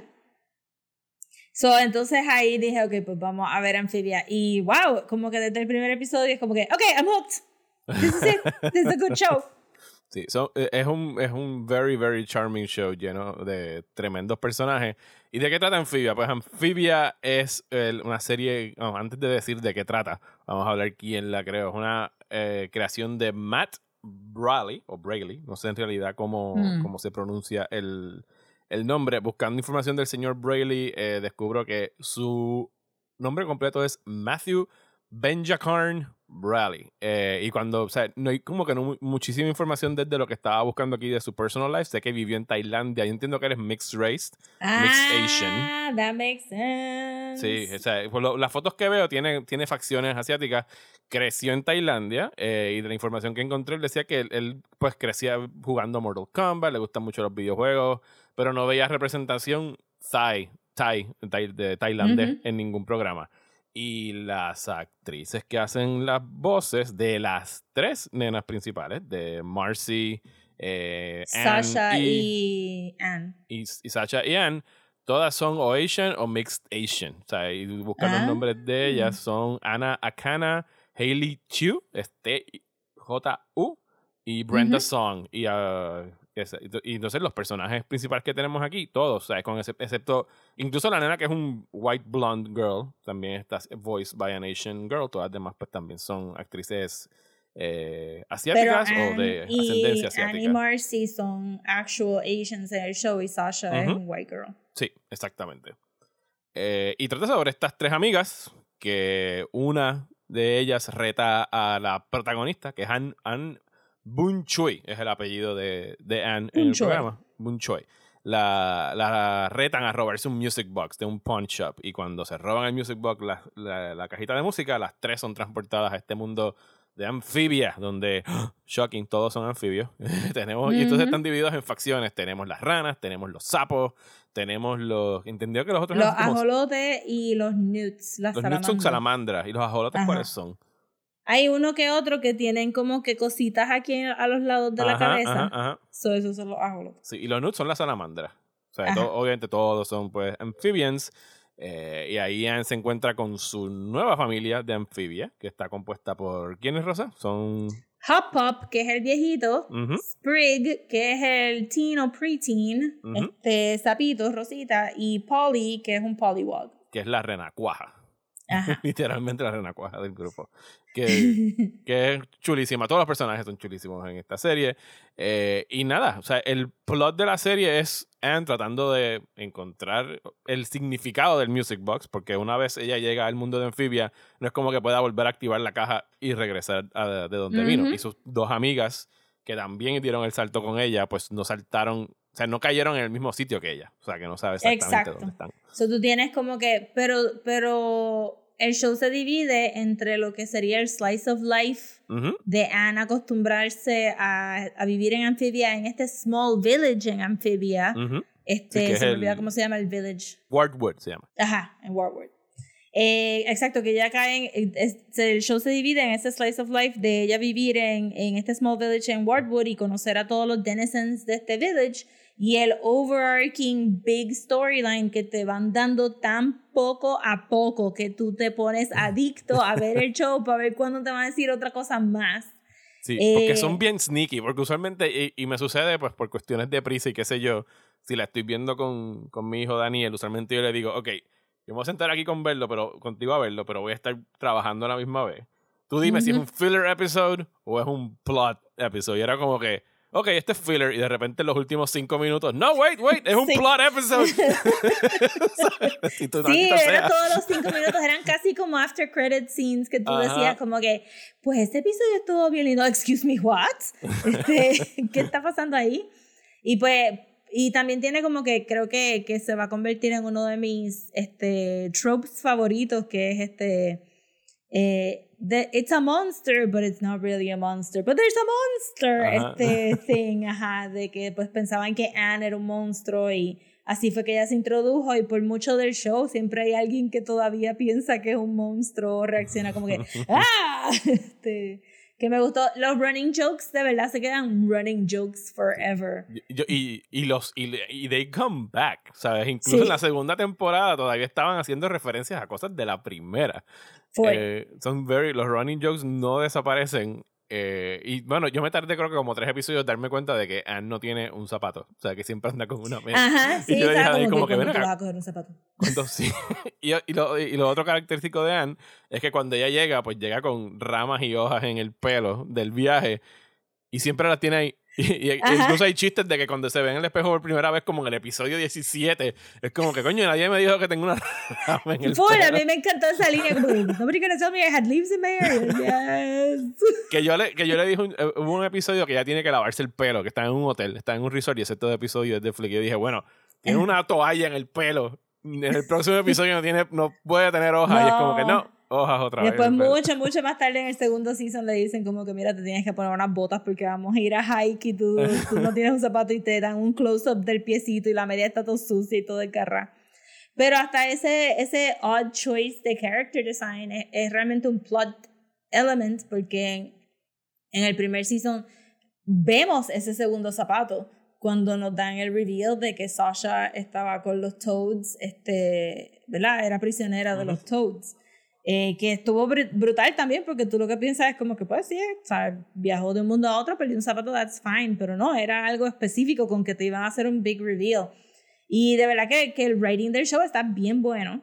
So, entonces ahí dije, ok, pues vamos a ver Amphibia. Y wow, como que desde el primer episodio es como que, ok, I'm hooked. This is it. This is a good show. Sí, so, eh, es, un, es un very, very charming show lleno de tremendos personajes. ¿Y de qué trata Amphibia? Pues Amphibia es el- una serie, oh, antes de decir de qué trata, vamos a hablar quién la creó. Es una eh, creación de Matt Braley, o Braley, no sé en realidad cómo, Mm. cómo se pronuncia el, el nombre. Buscando información del señor Braley, eh, descubro que su nombre completo es Matthew Benjacarn Braley. Eh, y cuando, o sea, no hay como que no mu- muchísima información desde lo que estaba buscando aquí de su personal life. Sé que vivió en Tailandia. Yo entiendo que eres mixed race, mixed Asian. Ah, that makes sense. Sí, o sea, por lo- las fotos que veo tiene, tiene facciones asiáticas. Creció en Tailandia eh, y de la información que encontré él decía que él, él, pues crecía jugando Mortal Kombat, le gustan mucho los videojuegos, pero no veía representación Thai, Thai, Thai- de tailandés Ujú. en ningún programa. Y las actrices que hacen las voces de las tres nenas principales, de Marcy, eh, Anne Sasha y, y Anne. y, y Sasha y Anne, todas son o Asian o Mixed Asian. O sea, y buscan Ah. los nombres de ellas, son Anna Akana, Hailey Chu, este J U, y Brenda Ujú. Song. Y, ah, ese- y entonces los personajes principales que tenemos aquí, todos, o sea, con ese- excepto, incluso la nena que es un white blonde girl, también está voiced by an Asian girl, todas las demás pues también son actrices eh, Pero asiáticas Anne o de y, ascendencia Anne y asiática. Marcy son actual Asians en el show y Sasha es Ujú. un white girl. Sí, exactamente. Eh, y trata sobre estas tres amigas, que una de ellas reta a la protagonista, que es Anne, Anne Boon Choi, es el apellido de, de Anne en Boon el Choi. programa. Boon Choi. La, la retan a robarse un music box de un pawn shop. Y cuando se roban el music box, la, la, la cajita de música, las tres son transportadas a este mundo de Amphibia, donde, ¡oh! Shocking, todos son anfibios. tenemos, Y entonces Ujú. están divididos en facciones. Tenemos las ranas, tenemos los sapos, tenemos los... Entendido que los otros Los eran como- ajolotes y los newts, las los nuts son salamandras. salamandras. ¿Y los ajolotes Ajá. cuáles son? Hay uno que otro que tienen como que cositas aquí a los lados de la Ajá, cabeza. ajá, ajá. So, esos son los ajolotes. Sí, y los nuts son las salamandras. O sea, Ajá. to- obviamente todos son pues amphibians. Eh, y ahí Anne se encuentra con su nueva familia de anfibia, que está compuesta por... ¿Quiénes, Rosa? Son... Hop Pop, que es el viejito. Ujú. Sprig, que es el teen o preteen. Ujú. Este, Sapito, Rosita. Y Polly, que es un pollywog. que es la renacuaja. Ajá. Literalmente la renacuaja del grupo. Que, que es chulísima. Todos los personajes son chulísimos en esta serie. Eh, y nada, o sea, el plot de la serie es Anne tratando de encontrar el significado del Music Box, porque una vez ella llega al mundo de Amphibia, no es como que pueda volver a activar la caja y regresar a, de donde uh-huh. vino. Y sus dos amigas, que también dieron el salto con ella, pues no saltaron, o sea, no cayeron en el mismo sitio que ella. O sea, que no sabe exactamente Exacto. dónde están. So tú tienes como que, pero, pero el show se divide entre lo que sería el slice of life uh-huh. de Anne acostumbrarse a, a vivir en Amphibia, en este small village en Amphibia. Uh-huh. Este, sí, se me olvida el... cómo se llama el village. Wardwood se llama. Ajá, en Wardwood. Eh, exacto, que ya caen, el show se divide en ese slice of life de ella vivir en, en este small village en Wardwood y conocer a todos los denizens de este village, y el overarching big storyline que te van dando tan poco a poco que tú te pones adicto a ver el show para ver cuándo te van a decir otra cosa más. Sí, eh, porque son bien sneaky, porque usualmente, y, y me sucede pues por cuestiones de prisa y qué sé yo, si la estoy viendo con, con mi hijo Daniel, usualmente yo le digo, ok, yo me voy a sentar aquí con verlo, pero contigo a verlo, pero voy a estar trabajando a la misma vez. Tú dime uh-huh. si es un filler episode o es un plot episode. Y era como que, ok, este es filler, y de repente en los últimos cinco minutos, no, wait, wait, es un sí. plot episode. Si tú sí, era todos los cinco minutos eran casi como after credit scenes que tú uh-huh. decías como que, pues este episodio estuvo bien lindo. Excuse me, what? Este, ¿qué está pasando ahí? Y pues... Y también tiene como que creo que, que se va a convertir en uno de mis este, tropes favoritos, que es este eh, the, it's a monster, but it's not really a monster, but there's a monster, ajá. este thing, ajá, de que pues pensaban que Anne era un monstruo y así fue que ella se introdujo, y por mucho del show siempre hay alguien que todavía piensa que es un monstruo o reacciona como que ¡ah! Este... Que me gustó. Los running jokes de verdad se quedan running jokes forever. Y, y, y los y, y they come back, ¿sabes? Incluso sí. en la segunda temporada todavía estaban haciendo referencias a cosas de la primera. Eh, son very, los running jokes no desaparecen. Eh, y bueno, yo me tardé creo que como tres episodios de darme cuenta de que Anne no tiene un zapato. O sea, que siempre anda con una media. Ajá, sí, y yo le dije a Dani como que, que ven acá. Vas a coger un zapato. Cuando, sí. y, y, lo, y lo otro característico de Anne es que cuando ella llega, pues llega con ramas y hojas en el pelo del viaje y siempre las tiene ahí. Y, y incluso hay chistes de que cuando se ve en el espejo por primera vez, como en el episodio diecisiete, es como que, coño, nadie me dijo que tengo una rama en el Full, pelo. A mí me encantó esa línea, como, nobody gonna tell me I had leaves in my hair. Yes. que, yo le, que yo le dije, un, hubo un episodio que ella tiene que lavarse el pelo, que está en un hotel, está en un resort, y ese todo episodio es de Flick. Y yo dije, bueno, tiene una toalla en el pelo, en el próximo episodio no, tiene, no puede tener hojas, no. Y es como que no. Hojas otra vez. Después mucho, mucho más tarde en el segundo season le dicen como que mira, te tienes que poner unas botas porque vamos a ir a hike y tú, tú no tienes un zapato, y te dan un close-up del piecito y la media está todo sucia y todo el carra. Pero hasta ese, ese odd choice de character design es, es realmente un plot element, porque en, en el primer season vemos ese segundo zapato cuando nos dan el reveal de que Sasha estaba con los Toads, este, ¿verdad? Era prisionera uh-huh. de los Toads. Eh, que estuvo br- brutal también, porque tú lo que piensas es como que pues sí, o sea, viajó de un mundo a otro, perdió un zapato, that's fine, pero no, era algo específico con que te iban a hacer un big reveal. Y de verdad que, que el writing del show está bien bueno.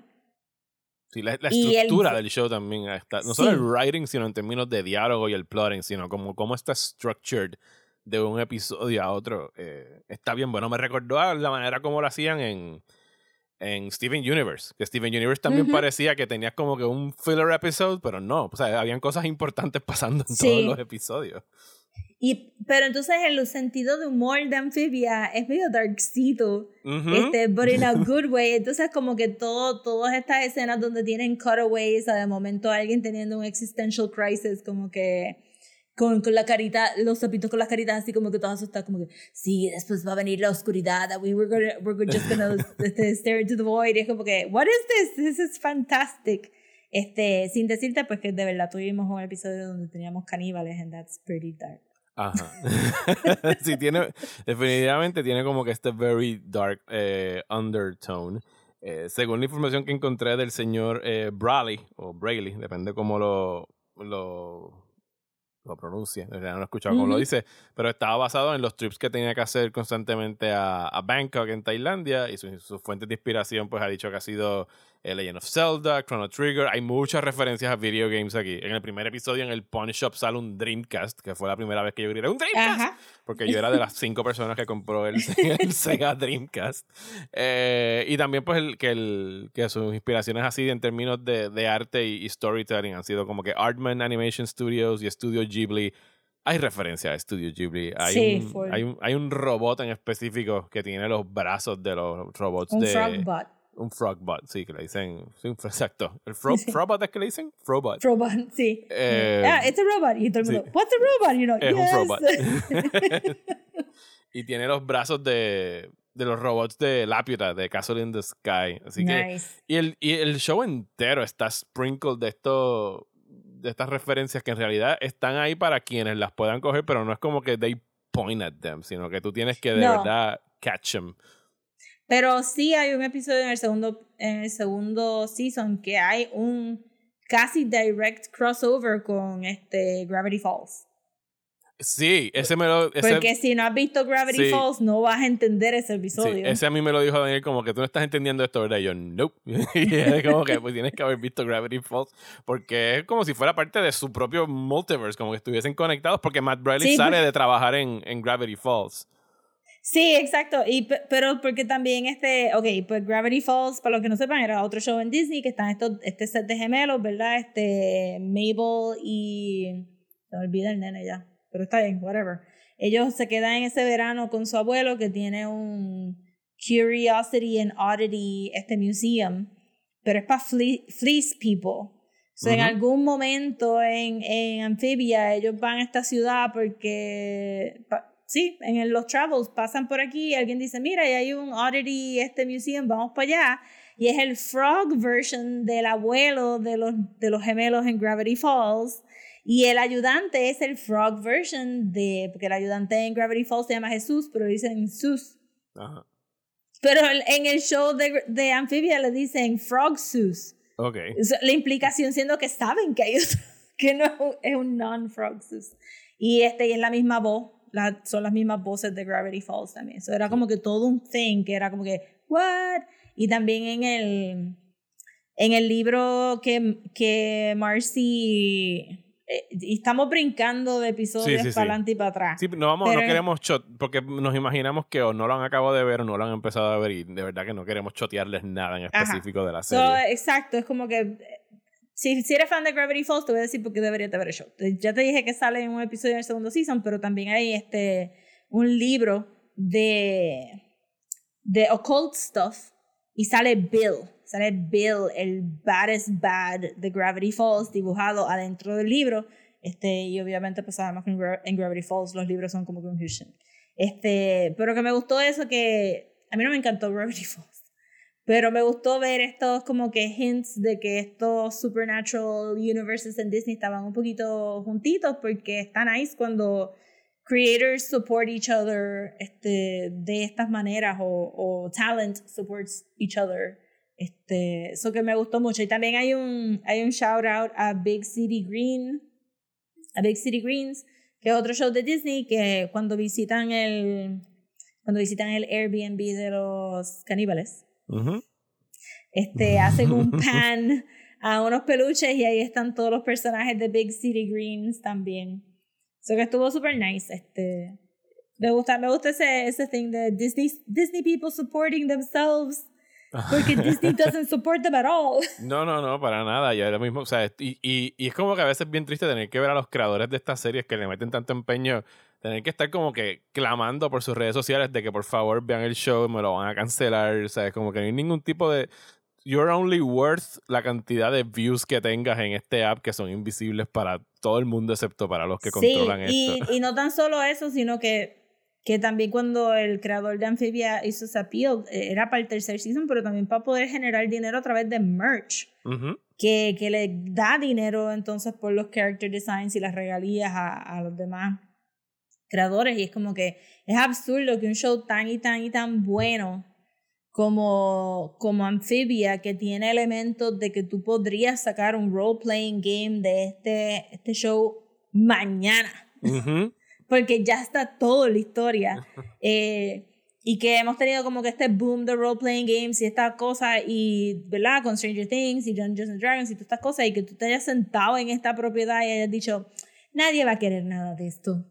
Sí, la, la estructura el, del show también está, no solo sí. el writing, sino en términos de diálogo y el plotting, sino como cómo está structured de un episodio a otro. Eh, está bien bueno. Me recordó a la manera como lo hacían en en Steven Universe, que Steven Universe también uh-huh. parecía que tenías como que un filler episode, pero no, o sea, habían cosas importantes pasando en sí. todos los episodios. Y, pero entonces el sentido de humor de Amphibia es medio darkcito, uh-huh. este, but in a good way. Entonces como que todo, todas estas escenas donde tienen cutaways, a de momento alguien teniendo un existential crisis, como que Con, con la carita, los sapitos con las caritas así como que todas asustadas, como que sí, después va a venir la oscuridad, that we were, gonna, we're just gonna este, stare into the void. Y es como que, what is this? This is fantastic. Este, sin decirte pues que de verdad tuvimos un episodio donde teníamos caníbales, and that's pretty dark. Ajá. Sí, tiene, definitivamente tiene como que este very dark eh, undertone. Eh, según la información que encontré del señor eh, Braley, o Brayley, depende cómo lo... lo lo pronuncia, no lo he escuchado cómo uh-huh. lo dice, pero estaba basado en los trips que tenía que hacer constantemente a, a Bangkok en Tailandia, y sus su fuentes de inspiración pues ha dicho que ha sido eh, Legend of Zelda, Chrono Trigger. Hay muchas referencias a video games aquí. En el primer episodio, en el Pawn Shop, sale un Dreamcast, que fue la primera vez que yo grité ¡un Dreamcast! Ajá. Porque yo era de las cinco personas que compró el, el Sega Dreamcast. Eh, y también pues el, que, el, que sus inspiraciones así en términos de, de arte y, y storytelling han sido como que Aardman Animation Studios y Studio Ghibli. Hay referencia a Studio Ghibli. Hay, Sí, un, full. hay, un, hay un robot en específico que tiene los brazos de los robots Un de... Frogbot. Un Frogbot, sí, que le dicen... Sí, exacto. ¿El fro, Sí. Frobot es que le dicen? Frobot. Frobot, sí. Eh, ah, it's a robot. Y todo el mundo, sí. what's a robot? You know, Es yes. un Frobot. Y tiene los brazos de, de los robots de Laputa, de Castle in the Sky. Así que... Nice. Y el, y el show entero está sprinkled de esto... de estas referencias que en realidad están ahí para quienes las puedan coger, pero no es como que they point at them, sino que tú tienes que de No. verdad catch them. Pero sí hay un episodio en el segundo, en el segundo season que hay un casi direct crossover con este Gravity Falls. Sí, ese me lo... Ese, Porque si no has visto Gravity sí. Falls, no vas a entender ese sí, episodio. ese a mí me lo dijo Daniel como que tú no estás entendiendo esto, ¿verdad? Y yo, nope. Y es como que pues tienes que haber visto Gravity Falls porque es como si fuera parte de su propio multiverse, como que estuviesen conectados porque Matt Bradley Sí, sale pues- de trabajar en, en Gravity Falls. Sí, exacto. Y, pe- pero porque también este, ok, pues Gravity Falls, para los que no sepan, era otro show en Disney que están estos, este set de gemelos, ¿verdad? Este, Mabel y... Se me olvida el nene ya, pero está bien, whatever. Ellos se quedan en ese verano con su abuelo que tiene un Curiosity and Oddity, este museum, pero es para fle fleece people. So, Ujú. En algún momento en, en Amphibia ellos van a esta ciudad porque... Pa, sí, en el, los travels pasan por aquí y alguien dice, mira, y hay un Oddity, este museum, vamos para allá. Y es el frog version del abuelo de los, de los gemelos en Gravity Falls. Y el ayudante es el frog version de... Porque el ayudante en Gravity Falls se llama Jesús, pero dicen Sus. Ajá. Pero el- en el show de, de Amphibia le dicen Frog Sus. Ok. So, la implicación siendo que saben que hay otro, que no es un- es un non-frog Sus. Y este y es la misma voz. La, son las mismas voces de Gravity Falls también. Eso era como que todo un thing, que era como que, what? Y también en el, en el libro que, que Marcy... eh, y estamos brincando de episodios Sí, sí, para sí. adelante y para atrás. Sí, no, vamos, Pero no en- queremos shot, porque nos imaginamos que o no lo han acabado de ver o no lo han empezado a ver y de verdad que no queremos chotearles nada en Ajá. específico de la So, serie. exacto, es como que eh, si, si eres fan de Gravity Falls te voy a decir por qué deberías de ver el show. Te- Ya te dije que sale en un episodio en el segundo season, pero también hay este un libro de de occult stuff y sale Bill, sale Bill, el baddest bad de Gravity Falls dibujado adentro del libro. Este, y obviamente pues sabemos que en, Gra- en Gravity Falls los libros son como que un huge shit. Este, pero que me gustó eso que a mí no me encantó Gravity Falls. Pero me gustó ver estos como que hints de que estos supernatural universes en Disney estaban un poquito juntitos porque está nice cuando creators support each other este, de estas maneras o, o talent supports each other. Este, eso que me gustó mucho. Y también hay un, hay un shout out a Big City Green, a Big City Greens, que es otro show de Disney que cuando visitan el, cuando visitan el Airbnb de los caníbales, Ujú. este, hacen un pan a unos peluches y ahí están todos los personajes de Big City Greens también. Eso que estuvo super nice. Este, me gusta, me gusta ese, ese thing de Disney, Disney people supporting themselves porque Disney doesn't support them at all. No, no, no, para nada. Y ahora mismo, o sea, y, y, y es como que a veces es bien triste tener que ver a los creadores de estas series que le meten tanto empeño, tener que estar como que clamando por sus redes sociales de que por favor vean el show, me lo van a cancelar, o sea, es como que no hay ningún tipo de... You're only worth la cantidad de views que tengas en este app que son invisibles para todo el mundo excepto para los que controlan Sí, esto. y, y no tan solo eso, sino que, que también cuando el creador de Amphibia hizo ese appeal, eh, era para el tercer season, pero también para poder generar dinero a través de merch. Ujú. Que, que le da dinero entonces por los character designs y las regalías a, a los demás creadores. Y es como que es absurdo que un show tan y tan y tan bueno como, como Amphibia, que tiene elementos de que tú podrías sacar un role-playing game de este, este show mañana. Ujú. Porque ya está todo la historia. Eh, y que hemos tenido como que este boom de role-playing games y estas cosas, y, ¿verdad? Con Stranger Things y Dungeons and Dragons y todas estas cosas, y que tú te hayas sentado en esta propiedad y hayas dicho, nadie va a querer nada de esto.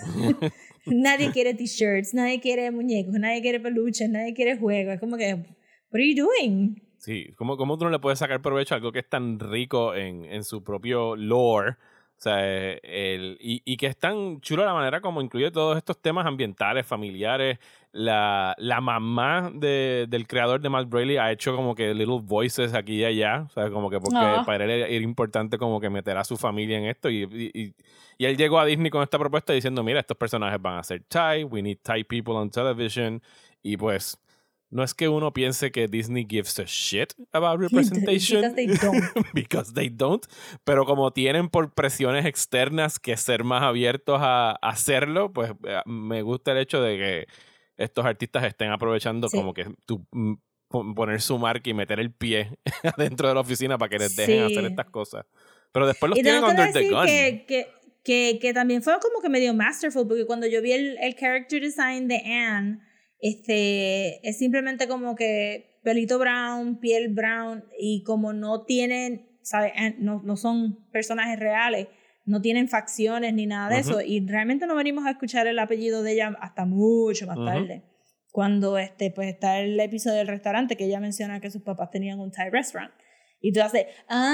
Nadie quiere t-shirts, nadie quiere muñecos, nadie quiere peluches, nadie quiere juegos. Es como que, what are you doing? Sí, ¿cómo, cómo tú no le puedes sacar provecho a algo que es tan rico en, en su propio lore? O sea, el, y, y que es tan chulo la manera como incluye todos estos temas ambientales, familiares. La, la mamá de, del creador de Matt Braley ha hecho como que little voices aquí y allá. O sea, como que porque Oh. para él era importante como que meter a su familia en esto. Y, y, y él llegó a Disney con esta propuesta diciendo, mira, estos personajes van a ser Thai, we need Thai people on television. Y pues, no es que uno piense que Disney gives a shit about representation. Because they don't. Because they don't. Pero como tienen por presiones externas que ser más abiertos a, a hacerlo, pues me gusta el hecho de que estos artistas estén aprovechando Sí. como que tú mm, poner su marca y meter el pie adentro de la oficina para que les dejen Sí. hacer estas cosas. Pero después los Y tienen tengo que under the decir gun. que, que, que, que también fue como que medio masterful, porque cuando yo vi el, el character design de Anne, este, es simplemente como que pelito brown, piel brown, y como no tienen, ¿sabes? No, no son personajes reales, no tienen facciones ni nada de Uh-huh. eso, y realmente no venimos a escuchar el apellido de ella hasta mucho más Uh-huh. tarde. Cuando este, pues está el episodio del restaurante que ella menciona que sus papás tenían un Thai restaurant. Y tú haces,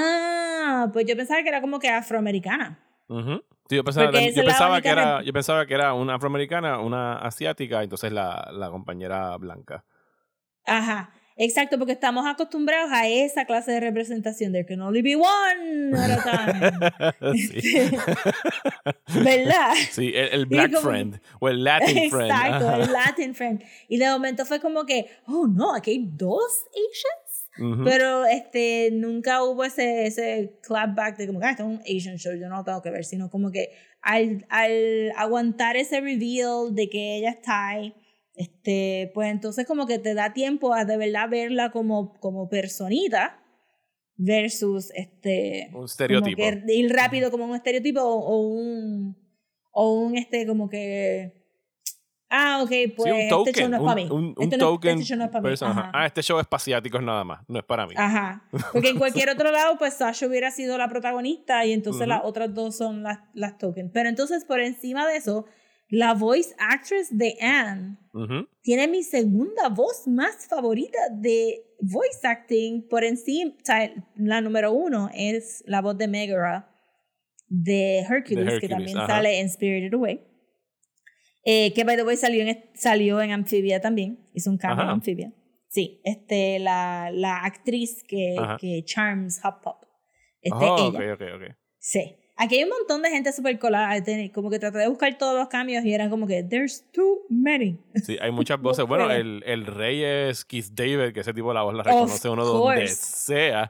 ah, pues yo pensaba que era como que afroamericana. Uh-huh. Sí, yo pensaba, Porque yo, esa es la pensaba única que era, re- yo pensaba que era una afroamericana, una asiática, entonces la, la compañera blanca. Ajá, exacto, porque estamos acostumbrados a esa clase de representación. There can only be one at a time. Sí. ¿Verdad? Sí, el, el black como- friend o el Latin friend. Exacto, Ajá. el Latin friend. Y de momento fue como que, oh no, aquí hay dos Asians. Ujú. Pero este, nunca hubo ese, ese clapback de como que ah, esto es un Asian show, yo no lo tengo que ver, sino como que al, al aguantar ese reveal de que ella es Thai, este, pues entonces como que te da tiempo a de verdad verla como, como personita versus este Un estereotipo. como que ir rápido como un estereotipo o, o un o un este como que ah, ok, pues Sí, un token. este show no es un, para mí. un- un este, no, token este show no es para mí. person, ajá. Ajá. Ah, este show es para asiáticos nada más. No es para mí. Ajá. Porque en cualquier otro lado, pues Sasha hubiera sido la protagonista y entonces Ujú. las otras dos son las, las tokens. Pero entonces, por encima de eso, la voice actress de Anne Ujú. tiene mi segunda voz más favorita de voice acting por encima. O sea, la número uno es la voz de Megara de Hercules, De que Hercules, también ajá. sale en Spirited Away. Eh, que, by the way, salió en, salió en Amphibia también. Hizo un cambio en Ajá. Amphibia. Sí, este, la, la actriz que, Ajá. que charms Hop Pop. Este, Oh, ella. ok, ok, ok. Sí. Aquí hay un montón de gente súper colada. este, Como que traté de buscar todos los cambios y eran como que, there's too many. Sí, hay muchas voces. No Bueno, puedo. el, el rey es Keith David, que ese tipo la voz la Of reconoce uno donde course. sea.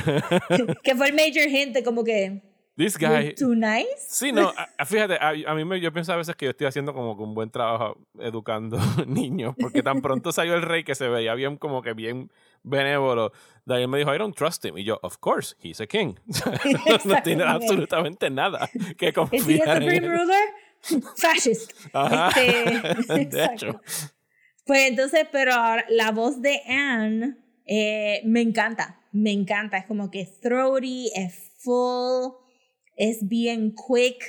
Que fue el major gente, como que, This you're guy... too nice. Sí, no, a- a- fíjate, a, a mí me, yo pienso a veces que yo estoy haciendo como que un buen trabajo educando niños, porque tan pronto salió el rey que se veía bien como que bien benévolo. Daniel me dijo, I don't trust him. Y yo, of course, he's a king. No tiene absolutamente nada que ¿Es he a confiar en supreme él. ruler? Fascist. Ajá. Este, De exacto. hecho. Pues entonces, pero ahora la voz de Anne eh, me encanta, me encanta. Es como que es throaty, es full, es bien quick.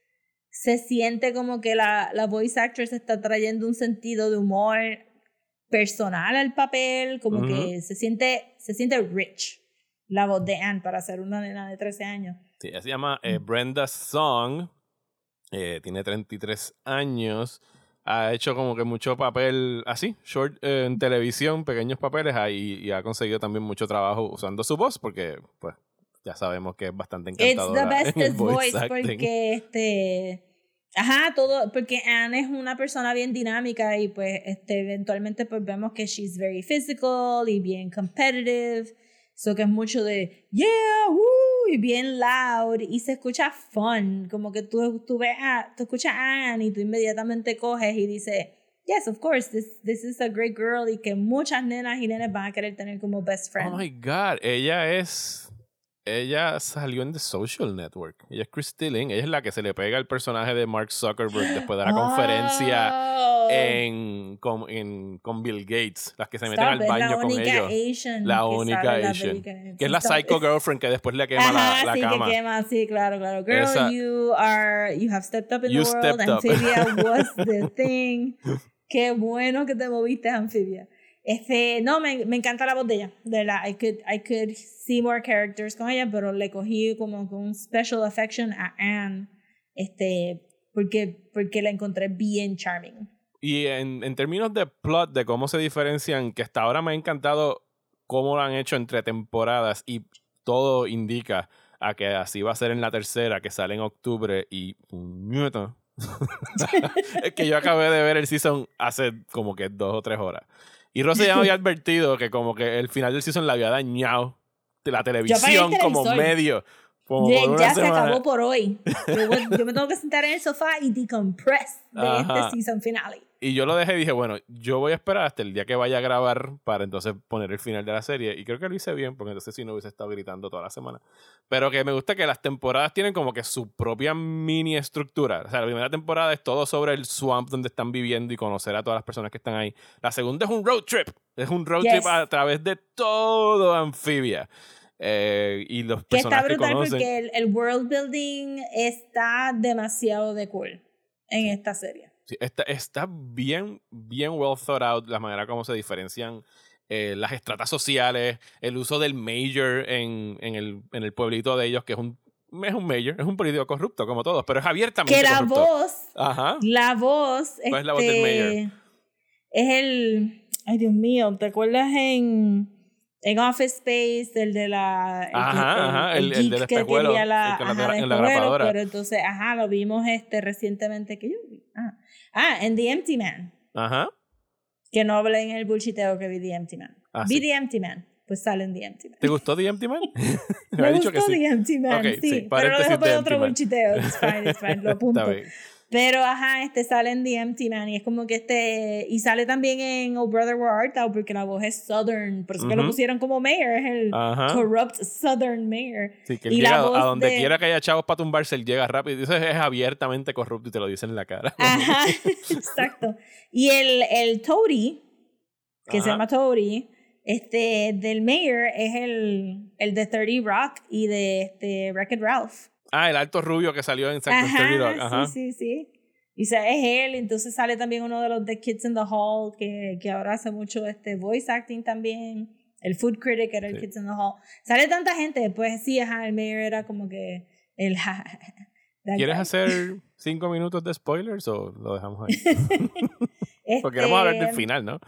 Se siente como que la, la voice actress está trayendo un sentido de humor personal al papel, como Ujú. que se siente, se siente rich la voz de Anne para ser una nena de trece años. Sí, ella se llama eh, Brenda Song. Eh, tiene treinta y tres años. Ha hecho como que mucho papel así, short eh, en televisión, pequeños papeles ahí, y ha conseguido también mucho trabajo usando su voz, porque pues ya sabemos que es bastante It's encantadora the en el bestest voice voice acting. porque este ajá todo porque Anne es una persona bien dinámica y pues este eventualmente pues vemos que she's very physical y bien competitive, so que es mucho de yeah woo, y bien loud y se escucha fun, como que tú tú ves a, tú escuchas a Anne y tú inmediatamente coges y dices yes of course this this is a great girl y que muchas nenas y nenes van a querer tener como best friend. Oh my God, ella es Ella salió en The Social Network. Ella es Christy Lynn. Ella es la que se le pega el personaje de Mark Zuckerberg después de la Oh. conferencia en, con, en, con Bill Gates. Las que se meten Stop, al baño es la con única ellos. Asian La que única sabe la Asian. película. Que es la Stop. psycho girlfriend que después le quema Ajá, la, la sí, cama. que quema, sí, claro, claro. Girl, Esa- you are, you have stepped up in You the world. stepped up. Amphibia was the thing. Qué bueno que te moviste, Amphibia. Este, no, me, me encanta la voz de ella. De la, I could, I could see more characters con ella, pero le cogí como con un special affection a Anne, este, porque, porque la encontré bien charming. Y en, en términos de plot, de cómo se diferencian, que hasta ahora me ha encantado cómo lo han hecho entre temporadas y todo indica a que así va a ser en la tercera, que sale en octubre y... puñeta. Es que yo acabé de ver el season hace como que dos o tres horas. Y Rosy ya me había advertido que como que el final del season la había dañado de la televisión el como televisor. medio. Como Ya, por una ya se semana. acabó por hoy. Yo, voy- yo me tengo que sentar en el sofá y decompress de Ajá. este season finale. Y yo lo dejé y dije, bueno, yo voy a esperar hasta el día que vaya a grabar para entonces poner el final de la serie. Y creo que lo hice bien, porque entonces si no hubiese estado gritando toda la semana. Pero que me gusta que las temporadas tienen como que su propia mini estructura. O sea, la primera temporada es todo sobre el swamp donde están viviendo y conocer a todas las personas que están ahí. La segunda es un road trip. Es un road Yes. trip a través de todo Amphibia. Eh, y los Que está personajes que brutal conocen. porque el, el world building está demasiado de cool en esta serie. Sí, está, está bien, bien well thought out la manera como se diferencian eh, las estratas sociales, el uso del mayor en, en, el, en el pueblito de ellos, que es un, es un mayor, es un político corrupto como todos, pero es abiertamente Que la corrupto. voz, Ajá. la voz, ¿Cuál es la voz del este, mayor? es el, ay Dios mío, ¿te acuerdas en, en Office Space, el de la, el, Ajá, que- ajá, el- el geek del que espejuelo, quería la, el que la- ajá, en la espejuelo, grapadora. pero entonces, ajá, lo vimos este recientemente que yo vi, ah, ah, en The Empty Man. Ajá. Que no hablé en el bullshiteo que vi The Empty Man. Ah, vi sí. The Empty Man, pues sale en The Empty Man. ¿Te gustó The Empty Man? Me Me había dicho gustó que sí. The Empty Man, Ok, sí, sí, pero lo paréntesis dejo para The otro Empty Man. bullshiteo. It's fine, it's fine, lo apunto. Está bien. Pero ajá, este sale en The Empty Man y es como que este, y sale también en Oh Brother Where Art Thou porque la voz es Southern, por eso que lo Ujú. pusieron como mayor, es el Ajá. corrupt Southern mayor. Sí, que él Y la llega a voz donde de- quiera que haya chavos para tumbarse, él llega rápido. Y eso es abiertamente corrupto y te lo dicen en la cara. Ajá, exacto. Y el, el Toady, que se Ajá. llama Toady, este, del mayor es el, el de thirty Rock y de este, Wreck-It Ralph. Ah, el alto rubio que salió en Zack thirty Rock. Ajá. Ajá, sí, sí, sí. Y sa- es él, entonces sale también uno de los The Kids in the Hall, que, que ahora hace mucho este voice acting también. El Food Critic era el Sí. Kids in the Hall. Sale tanta gente, pues sí, ajá, el mayor era como que el... that ¿Quieres guy. hacer cinco minutos de spoilers o lo dejamos ahí? Porque Este, queremos hablar del final, ¿no?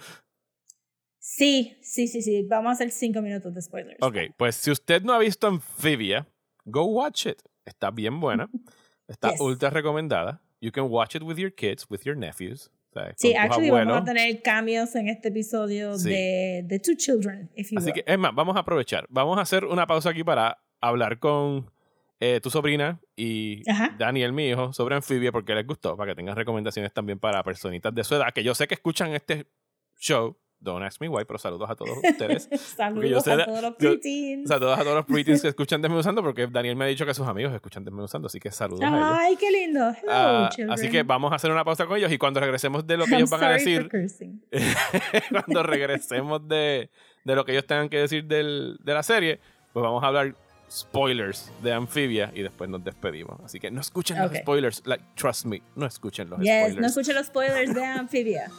Sí, sí, sí, sí. Vamos a hacer cinco minutos de spoilers. Ok, pues si usted no ha visto Amphibia, go watch it. Está bien buena. Está Yes. ultra recomendada. You can watch it with your kids, with your nephews. O sea, Sí, con tus actually abuelos. vamos a tener cambios en este episodio Sí. de, de Two Children, if you Así will. que, es más, vamos a aprovechar. Vamos a hacer una pausa aquí para hablar con eh, tu sobrina y Ajá. Daniel, mi hijo, sobre Amphibia porque les gustó, para que tengan recomendaciones también para personitas de su edad, que yo sé que escuchan este show. Don't ask me why, pero saludos a todos ustedes. Porque yo Saludos sé a de- todos los yo- preteens. Saludos a todos los preteens que escuchan Desmenuzando, porque Daniel me ha dicho que sus amigos escuchan Desmenuzando, así que saludos a ellos. Ay, qué lindo. Hello, Ah, children. así que vamos a hacer una pausa con ellos y cuando regresemos de lo que I'm ellos van a sorry decir, for cursing. cuando regresemos de, de lo que ellos tengan que decir del, de la serie, pues vamos a hablar spoilers de Amphibia y después nos despedimos. Así que no escuchen Ok. los spoilers, like, trust me, no escuchen los Yes, spoilers. no escuché los spoilers de Amphibia.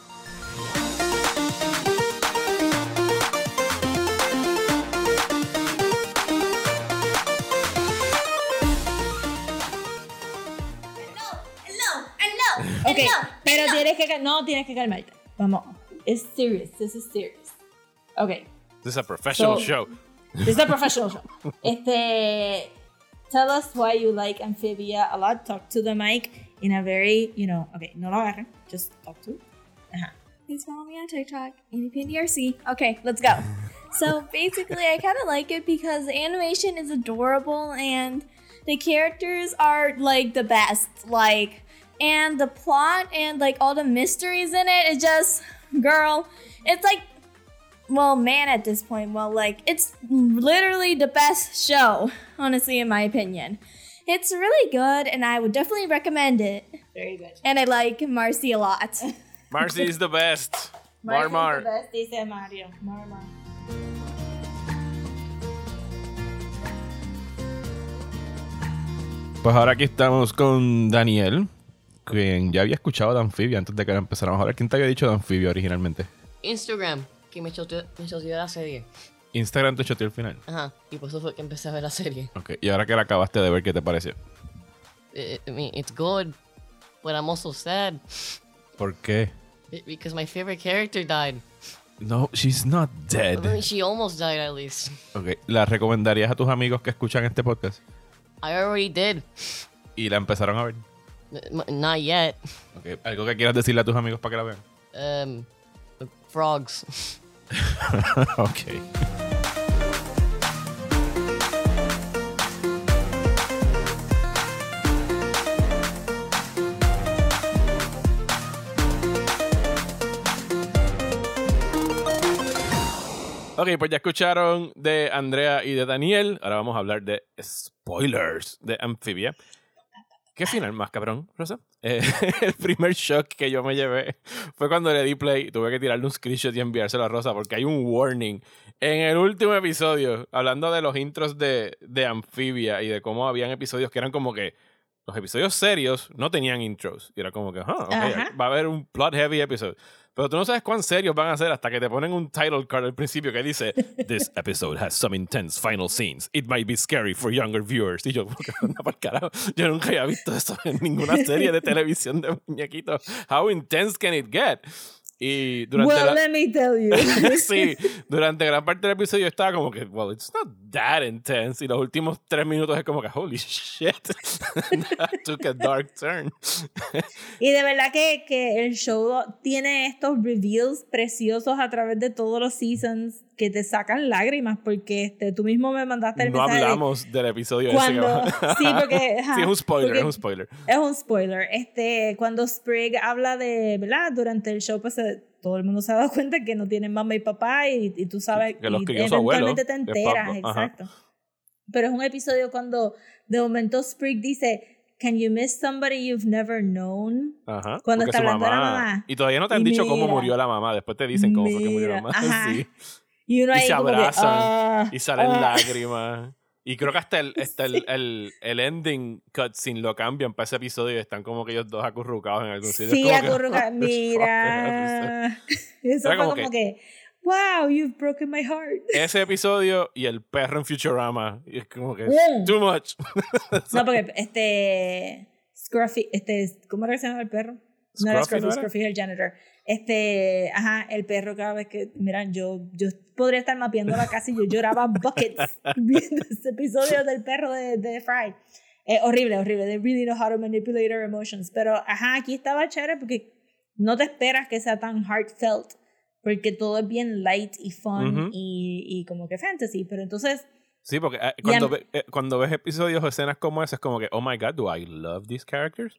No, no, Ok, pero tienes que cal- no tienes que calmarte. Vamos, it's serious. This is serious. Ok, This is a professional So- show. this is a professional show. Este, tell us why you like Amphibia a lot. Talk to the mic in a very, you know, okay, no lo agarren, just talk to. Ajá. Please follow me on TikTok, Annie P D R C. Okay, let's go. So basically, I kind of like it because the animation is adorable and the characters are like the best. Like, and the plot and like all the mysteries in it is just, girl, it's like well, man at this point. Well, like, it's literally the best show, honestly, in my opinion. It's really good, and I would definitely recommend it. Very good. And I like Marcy a lot. Marcy is the best. Mar Mar. Marcy is the best, dice Mario. Mar Mar. Pues ahora aquí estamos con Daniel, quien ya había escuchado de Amphibia antes de que empezáramos a hablar. ¿Quién te había dicho de Amphibia originalmente? Instagram, que me choteó, me choteó la serie. Instagram te choteó al final. Ajá, y por eso fue que empecé a ver la serie. Ok, y ahora que la acabaste de ver, ¿qué te pareció? I, I mean, it's good, but I'm also sad. ¿Por qué? Be- Because my favorite character died. No, she's not dead. I mean, she almost died at least. Ok, ¿la recomendarías a tus amigos que escuchan este podcast? I already did. Y la empezaron a ver. N- m- not yet. Ok, ¿algo que quieras decirle a tus amigos para que la vean? Um, the frogs. Ok. Ok, pues ya escucharon de Andrea y de Daniel. Ahora vamos a hablar de spoilers de Amphibia. ¿Qué final más, cabrón, Rosa? Eh, el primer shock que yo me llevé fue cuando le di play. Tuve que tirarle un screenshot y enviárselo a Rosa porque hay un warning en el último episodio, hablando de los intros de, de Amphibia y de cómo habían episodios que eran como que los episodios serios no tenían intros. Y era como que, ah, okay, va a haber un plot heavy episode. Pero tú no sabes cuán serios van a ser hasta que te ponen un title card al principio que dice This episode has some intense final scenes. It might be scary for younger viewers. Y yo, ¿qué onda pa'l carajo? Yo nunca había visto eso en ninguna serie de televisión de muñequitos. How intense can it get? Y durante Well, la... let me tell you. sí, durante gran parte del episodio estaba como que, well, it's not that intense. Y los últimos tres minutos es como que, holy shit, that took a dark turn. Y de verdad que, que el show tiene estos reveals preciosos a través de todos los seasons que te sacan lágrimas porque este, tú mismo me mandaste el No mensaje hablamos de del episodio cuando, ese. Que... sí, porque, ajá, sí, es un spoiler, porque es un spoiler. Es un spoiler. Este, cuando Sprig habla de, ¿verdad? Durante el show, pues todo el mundo se ha dado cuenta que no tienen mamá y papá y, y tú sabes que los y crió su abuelo, eventualmente te enteras, exacto. Pero es un episodio cuando de momento Sprig dice, can you miss somebody you've never known? Ajá, cuando está hablando mamá, de la mamá. Y todavía no te han y dicho mira, cómo murió la mamá. Después te dicen cómo fue que murió la mamá. Ajá. Sí. Y, uno y ahí se como abrazan. Que, ah, y salen ah. lágrimas. Y creo que hasta el, hasta el, el, el ending cutscene lo cambian para ese episodio y están como que ellos dos acurrucados en algún sitio. Sí, es como acurrucados. Que, Mira. Eso Era fue como como que- que, wow, you've broken my heart. ese episodio y el perro en Futurama. Y es como que, Mm. too much. No, porque este. Scruffy, este. ¿Cómo era que se llama el perro? No era Scruffy, Scruffy, ¿no era? Scruffy es el janitor. Este. Ajá, el perro cada vez que. Miran, yo, yo podría estar mapeando la casa y yo lloraba buckets viendo ese episodio del perro de, de Fry. Eh, horrible, horrible. They really know how to manipulate our emotions. Pero, ajá, aquí estaba chévere porque no te esperas que sea tan heartfelt. Porque todo es bien light y fun Ujú. y, y como que fantasy. Pero entonces. Sí, porque eh, cuando, Ya- ve- eh, cuando ves episodios o escenas como esas, es como que, oh my god, do I love these characters?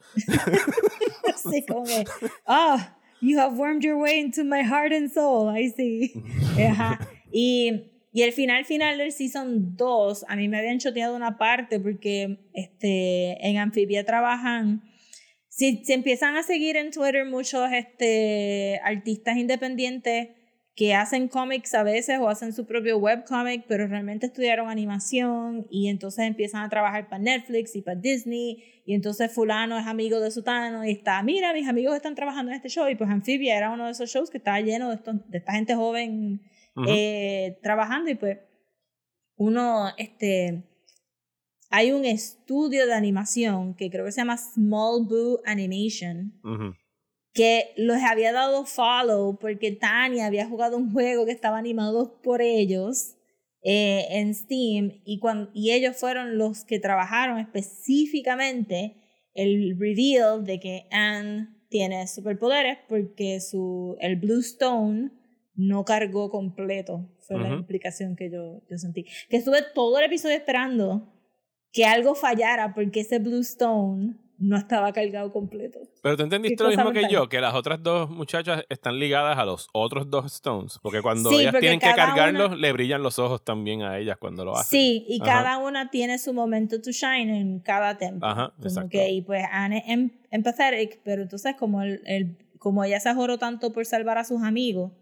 Así como que, oh, you have wormed your way into my heart and soul, I see. Ajá. Y, y el final final del season dos, a mí me habían choteado una parte porque este, en Amphibia trabajan, si, si empiezan a seguir en Twitter muchos este, artistas independientes que hacen cómics a veces o hacen su propio webcomic, pero realmente estudiaron animación y entonces empiezan a trabajar para Netflix y para Disney y entonces fulano es amigo de sutano y está, mira, mis amigos están trabajando en este show y pues Amphibia era uno de esos shows que estaba lleno de, estos, de esta gente joven Ujú. eh, trabajando y pues uno, este, hay un estudio de animación que creo que se llama Small Boo Animation Ujú. que los había dado follow porque Tania había jugado un juego que estaba animado por ellos eh, en Steam y, cuando, y ellos fueron los que trabajaron específicamente el reveal de que Anne tiene superpoderes porque su, el Blue Stone no cargó completo. Fue la Ujú. implicación que yo, yo sentí. Que estuve todo el episodio esperando que algo fallara porque ese Blue Stone no estaba cargado completo. Pero tú entendiste ¿Qué lo cosa mismo que mental? yo, que las otras dos muchachas están ligadas a los otros dos Stones, porque cuando Sí, ellas porque tienen que cada cargarlos, una- le brillan los ojos también a ellas cuando lo hacen. Sí, y Ajá. cada una tiene su momento to shine en cada templo. Ajá, Como exacto. que, y pues Anne es em- empathetic, pero entonces como el, el como ella se ajoró tanto por salvar a sus amigos,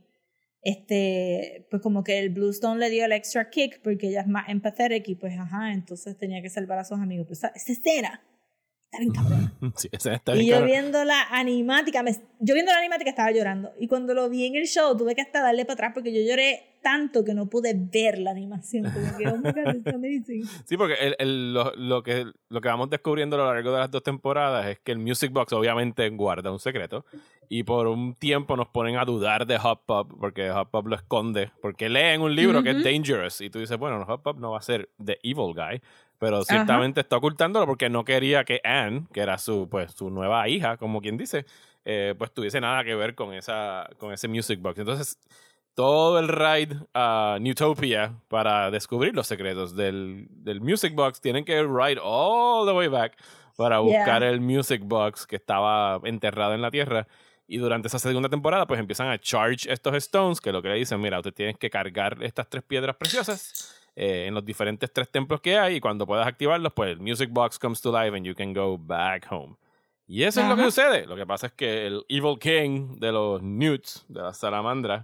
este, pues como que el Bluestone le dio el extra kick porque ella es más empathetic y pues ajá, entonces tenía que salvar a sus amigos. Pues esa, esa escena está bien cabrón. Sí, esa está Y bien yo cabrón. viendo la animática, me, yo viendo la animática estaba llorando. Y cuando lo vi en el show tuve que hasta darle para atrás porque yo lloré tanto que no pude ver la animación. Como que, oh my God, it's amazing. Sí, porque el, el- lo, lo que, lo que vamos descubriendo a lo largo de las dos temporadas es que el Music Box obviamente guarda un secreto y por un tiempo nos ponen a dudar de Hot Pop porque Hot Pop lo esconde, porque leen un libro que es Ujú. Dangerous y tú dices, bueno, Hot Pop no va a ser the evil guy, pero ciertamente está ocultándolo porque no quería que Anne, que era su, pues, su nueva hija, como quien dice, eh, pues tuviese nada que ver con, esa, con ese Music Box. Entonces, todo el ride a Newtopia para descubrir los secretos del, del Music Box. Tienen que ride all the way back para buscar Yeah. el Music Box que estaba enterrado en la tierra. Y durante esa segunda temporada, pues empiezan a charge estos Stones, que lo que le dicen, mira, usted tiene que cargar estas tres piedras preciosas eh, en los diferentes tres templos que hay, y cuando puedas activarlos, pues el Music Box comes to life and you can go back home. Y eso es lo que Ajá. sucede. Lo que pasa es que el Evil King de los Newts, de la salamandra,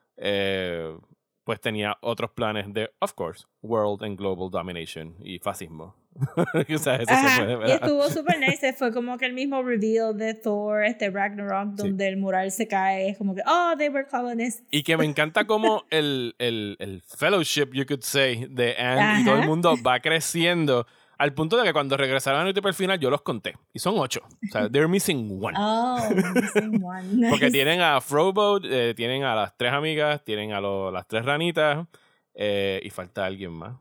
eh, pues tenía otros planes de, of course, world and global domination y fascismo. O sea, eso Ajá, se puede y ver. estuvo super nice. Fue como que el mismo reveal de Thor, este Ragnarok, Sí. donde el mural se cae. Es como que, oh, they were colonists. Y que me encanta como el, el, el fellowship, you could say, de Anne y todo el Ajá. mundo va creciendo al punto de que cuando regresaron a Newtopia al final yo los conté. Y son ocho. O sea, they're missing one. Oh, missing one. Porque Nice. tienen a Frobo, eh, tienen a las tres amigas, tienen a lo- las tres ranitas eh, y falta alguien más.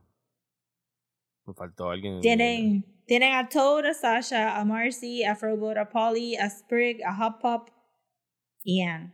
Me faltó alguien. Tienen, tienen a Toad, a Sasha, a Marcy, a Frobot, a Polly, a Sprig, a Hop Pop y Anne.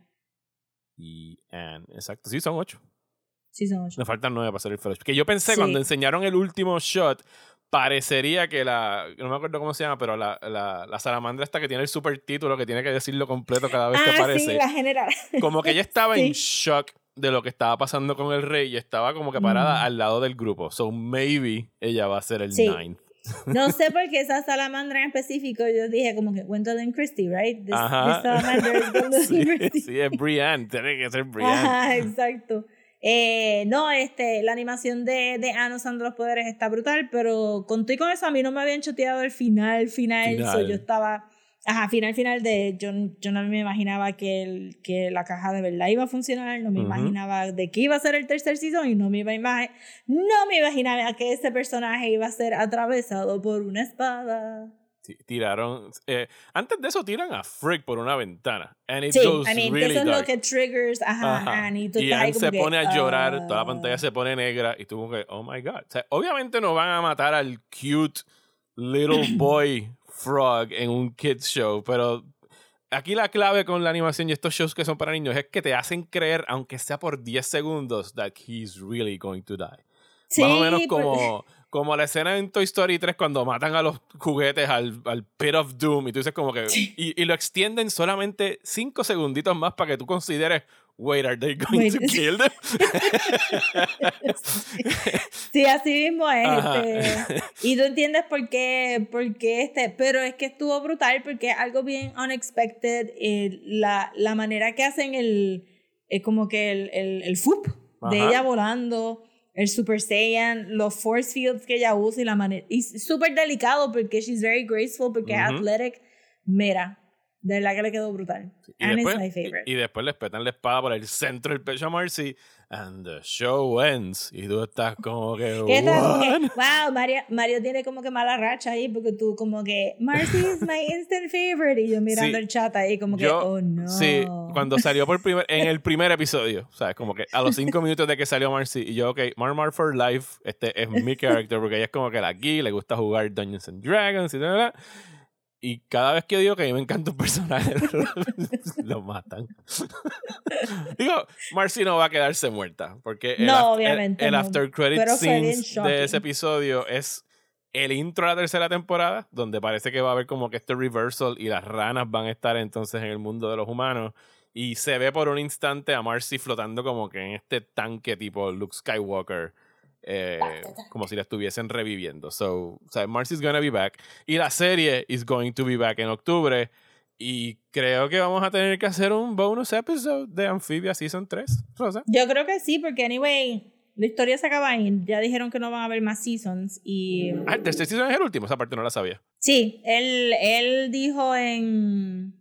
Y Anne. Exacto. Sí, son ocho. Sí, son ocho. Me faltan nueve para hacer el fellowship. Que yo pensé Sí. cuando enseñaron el último shot, parecería que la. No me acuerdo cómo se llama, pero la, la, la salamandra esta que tiene el super título, que tiene que decirlo completo cada vez que Ah, aparece. sí, la general. Como que ella estaba Sí. en shock de lo que estaba pasando con el rey y estaba como que parada Mm. al lado del grupo. So maybe ella va a ser el Sí. nine. No sé por qué esa salamandra en específico, yo dije como que Gwendolyn Christie, right? This, Ajá. this salamander is Gwendolyn sí, Christie. sí, es Brienne. Tiene que ser Brienne. Ajá, exacto. Eh, no, este, la animación de, de Anne usando los poderes está brutal, pero con todo y con eso a mí no me habían choteado el final, final, Final. so yo estaba, ajá, final, final de, yo, yo no me imaginaba que, el, que la caja de verdad iba a funcionar, no me Ujú. imaginaba de qué iba a ser el tercer season y no me, iba a imagi- no me imaginaba que ese personaje iba a ser atravesado por una espada. Sí, tiraron. eh, antes de eso, tiran a Frick por una ventana. And it Sí, goes I mean, really eso es lo dark. que triggers, ajá, Ajá. Anne, y tú Y estás ahí Anne como se que, pone a llorar, toda la ah. pantalla se pone negra y tú como que, oh my god. O sea, obviamente no van a matar al cute little boy frog en un kids show, pero aquí la clave con la animación y estos shows que son para niños es que te hacen creer, aunque sea por diez segundos, that he's really going to die. Sí, Más o menos por- como, como la escena en Toy Story tres cuando matan a los juguetes al, al Pit of Doom y tú dices como que... Y, y lo extienden solamente cinco segunditos más para que tú consideres, wait, are they going Wait. to kill them? Sí, así mismo es. Ajá. Este, y tú entiendes por qué, por qué este, pero es que estuvo brutal porque es algo bien unexpected. eh, la, la manera que hacen el, eh, como que el, el, el foop de Ajá. ella volando, el Super Saiyan, los force fields que ella usa y la manera. Y es súper delicado porque she's very graceful, porque es Ujú. athletic. Mira, de verdad que le quedó brutal. Y Anne después, is my favorite. y, y después le petan la espada por el centro del pecho a Marcy and the show ends. Y tú estás como que, Que está como que, "What?" wow, Mario, Mario tiene como que mala racha ahí porque tú como que, Marcy is my instant favorite. Y yo mirando Sí. el chat ahí como que, Yo- oh no. Sí, cuando salió por primer, en el primer episodio, o sea, como que a los cinco minutos de que salió Marcy, y yo, ok, Mar Mar for Life, este es mi character, porque ella es como que la geek, le gusta jugar Dungeons and Dragons y tal, tal, tal. Y cada vez que digo que a mí me encanta un personaje, lo matan. Digo, Marcy no va a quedarse muerta, porque el, No, af- el- obviamente el no, after credit pero fue bien scenes shocking. de ese episodio es el intro de la tercera temporada, donde parece que va a haber como que este reversal y las ranas van a estar entonces en el mundo de los humanos. Y se ve por un instante a Marcy flotando como que en este tanque tipo Luke Skywalker. Eh, como si la estuviesen reviviendo. So, o sea, Marcy's gonna be back. Y la serie is going to be back en octubre. Y creo que vamos a tener que hacer un bonus episode de Amphibia Season tres, Rosa. Yo creo que sí, porque anyway, la historia se acaba ahí. Ya dijeron que no van a haber más seasons. Y... Ah, el tercer season es el último. Esa parte no la sabía. Sí, él, él dijo en,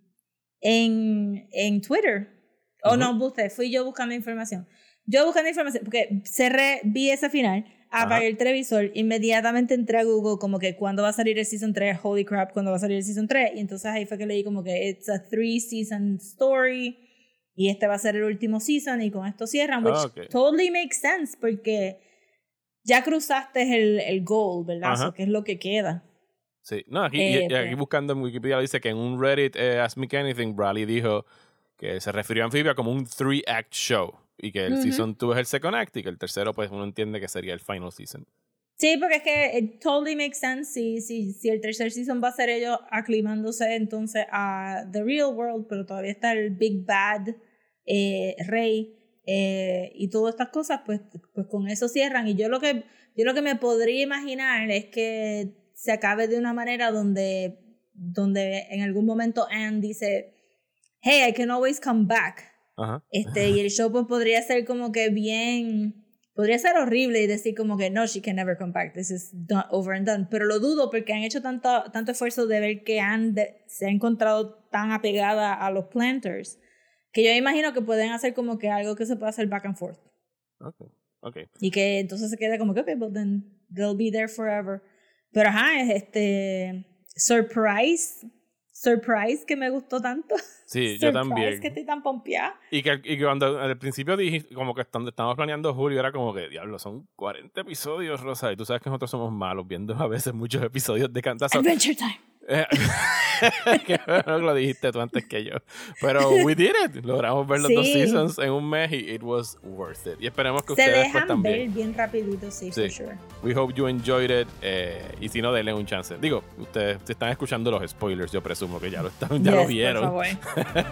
en, en Twitter. O uh-huh. no, usted, fui yo buscando información. Yo buscando información, porque cerré, vi ese final, apagué el televisor, inmediatamente entré a Google como que cuándo va a salir el Season tres, holy crap, cuándo va a salir el Season tres, y entonces ahí fue que leí como que it's a three season story, y este va a ser el último season, y con esto cierran, which okay. totally makes sense, porque ya cruzaste el, el goal, ¿verdad? So, que es lo que queda. Sí, no, aquí, eh, y, y aquí buscando en Wikipedia dice que en un Reddit, eh, Ask Me Anything, Bradley dijo que se refirió a Amphibia como un three-act show. Y que el uh-huh. Season dos es el second act y que el tercero, pues, uno entiende que sería el final season. Sí, porque es que it totally makes sense. Si, si, si el tercer season va a ser ellos aclimándose entonces a The Real World, pero todavía está el Big Bad eh, Rey eh, y todas estas cosas, pues, pues con eso cierran. Y yo lo que yo lo que me podría imaginar es que se acabe de una manera donde, donde en algún momento Anne dice, hey, I can always come back. Ajá. Este, y el show pues podría ser como que bien, podría ser horrible y decir como que no, she can never come back, this is done, over and done, pero lo dudo porque han hecho tanto, tanto esfuerzo de ver que Anne de, se ha encontrado tan apegada a los Planters que yo imagino que pueden hacer como que algo que se pueda hacer back and forth. Okay. Okay. Y que entonces se quede como que ok, but then they'll be there forever. Pero ajá, es este surprise Surprise que me gustó tanto. Sí, yo también. Que estoy tan pompeada. Y que, y que cuando al principio dije, como que cuando estábamos planeando Julio, era como que, diablo, son cuarenta episodios, Rosa. Y tú sabes que nosotros somos malos viendo a veces muchos episodios de cantazo. Adventure Time. Que bueno, lo dijiste tú antes que yo. Pero we did it. Logramos ver los sí. dos seasons en un mes y it was worth it. Y esperemos que Se ustedes dejan pues también. ver bien rapidito, sí, sí. for sure. We hope you enjoyed it. Eh, y si no, denle un chance. Digo, ustedes si están escuchando los spoilers, yo presumo que ya lo, están, ya yes, lo vieron. Por favor.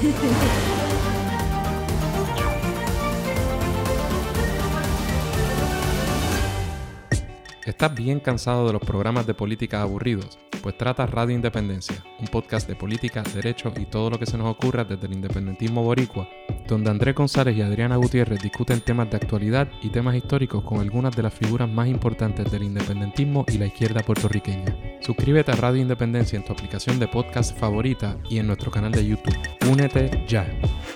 ¿Estás bien cansado de los programas de política aburridos? Pues trata Radio Independencia, un podcast de política, derecho y todo lo que se nos ocurra desde el independentismo boricua, donde Andrés González y Adriana Gutiérrez discuten temas de actualidad y temas históricos con algunas de las figuras más importantes del independentismo y la izquierda puertorriqueña. Suscríbete a Radio Independencia en tu aplicación de podcast favorita y en nuestro canal de YouTube. Únete ya.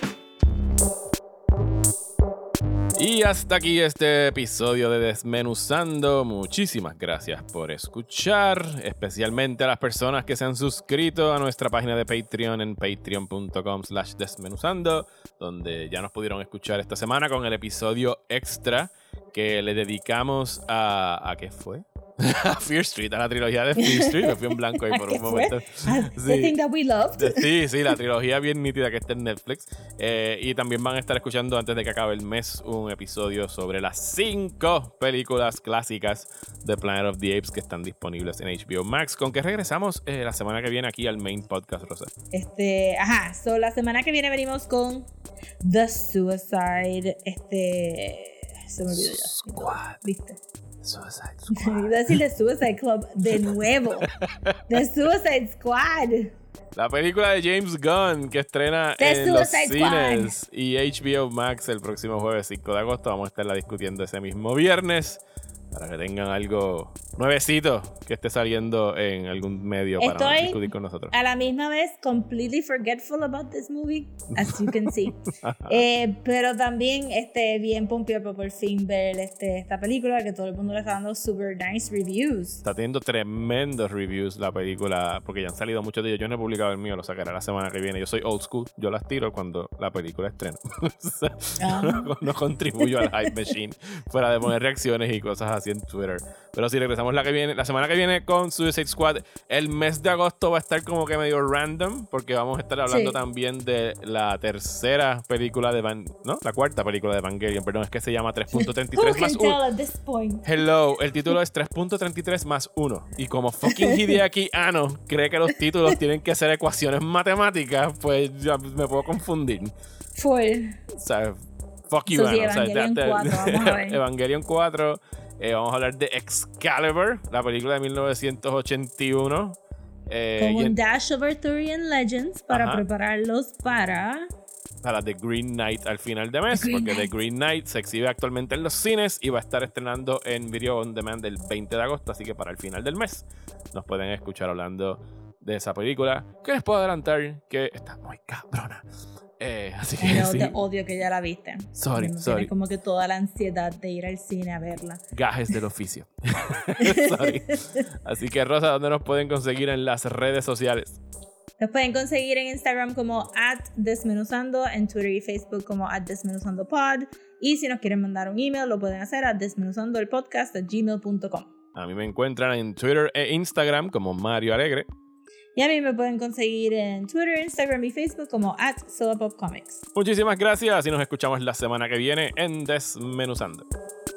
Y hasta aquí este episodio de Desmenuzando. Muchísimas gracias por escuchar, especialmente a las personas que se han suscrito a nuestra página de Patreon en patreon.com slash desmenuzando, donde ya nos pudieron escuchar esta semana con el episodio extra que le dedicamos a... ¿A qué fue? A Fear Street, a la trilogía de Fear Street. Me fui en blanco ahí por un momento. Sí. The Thing That We Loved. Sí, sí, la trilogía bien nítida que está en Netflix. Eh, y también van a estar escuchando antes de que acabe el mes un episodio sobre las cinco películas clásicas de Planet of the Apes que están disponibles en H B O Max. Con que regresamos eh, la semana que viene aquí al main podcast, Rosa. Este, ajá, so la semana que viene venimos con The Suicide, este, se me olvidó ya. Squad. ¿Viste? Suicide Squad. Iba a decir The Suicide Club de nuevo. The Suicide Squad. La película de James Gunn que estrena The en los Suicide cines Squad. y H B O Max el próximo jueves cinco de agosto. Vamos a estarla discutiendo ese mismo viernes para que tengan algo nuevecito que esté saliendo en algún medio para Estoy discutir con nosotros. A la misma vez completely forgetful about this movie, as you can see. eh, pero también este, bien pompeado por por fin ver este, esta película que todo el mundo le está dando super nice reviews. Está teniendo tremendos reviews la película porque ya han salido muchos de ellos. Yo no he publicado el mío, lo sacaré la semana que viene. Yo soy old school, yo las tiro cuando la película estrena. Ah. no, no contribuyo al hype machine fuera de poner reacciones y cosas así en Twitter. Pero sí, regresamos veremos la que viene, la semana que viene con Suicide Squad. El mes de agosto va a estar como que medio random, porque vamos a estar hablando Sí. también de la tercera película de Van, no, la cuarta película de Evangelion, perdón, es que se llama tres punto treinta y Who tres can más tell uno. at this point? Hello, el título es tres punto treinta y tres más uno. Y como fucking Hideaki Anno cree que los títulos tienen que ser ecuaciones matemáticas, pues ya me puedo confundir. Full. O sea, fuck you, So, sí, Anno. O sea, Evangelion ya te- cuatro, vamos a ver. Evangelion cuatro. Eh, vamos a hablar de Excalibur, la película de mil novecientos ochenta y uno. Eh, Con y un en- dash of Arthurian Legends para Ajá. prepararlos para... para The Green Knight al final de mes, The Green porque Knight. The Green Knight se exhibe actualmente en los cines y va a estar estrenando en Video On Demand el veinte de agosto, así que para el final del mes nos pueden escuchar hablando de esa película, que les puedo adelantar que está muy cabrona. Eh, así que Yo sí, te odio que ya la viste. Sorry, No sorry. Tienes como que toda la ansiedad de ir al cine a verla. gajes del oficio. Sorry. Así que Rosa, ¿dónde nos pueden conseguir en las redes sociales? Nos pueden conseguir en Instagram como at desmenuzando, en Twitter y Facebook como at desmenuzandopod. Y si nos quieren mandar un email, lo pueden hacer a desmenuzandoelpodcast at gmail punto com. A mí me encuentran en Twitter e Instagram como Mario Alegre. Y a mí me pueden conseguir en Twitter, Instagram y Facebook como at sodapopcomics. Muchísimas gracias y nos escuchamos la semana que viene en Desmenuzando.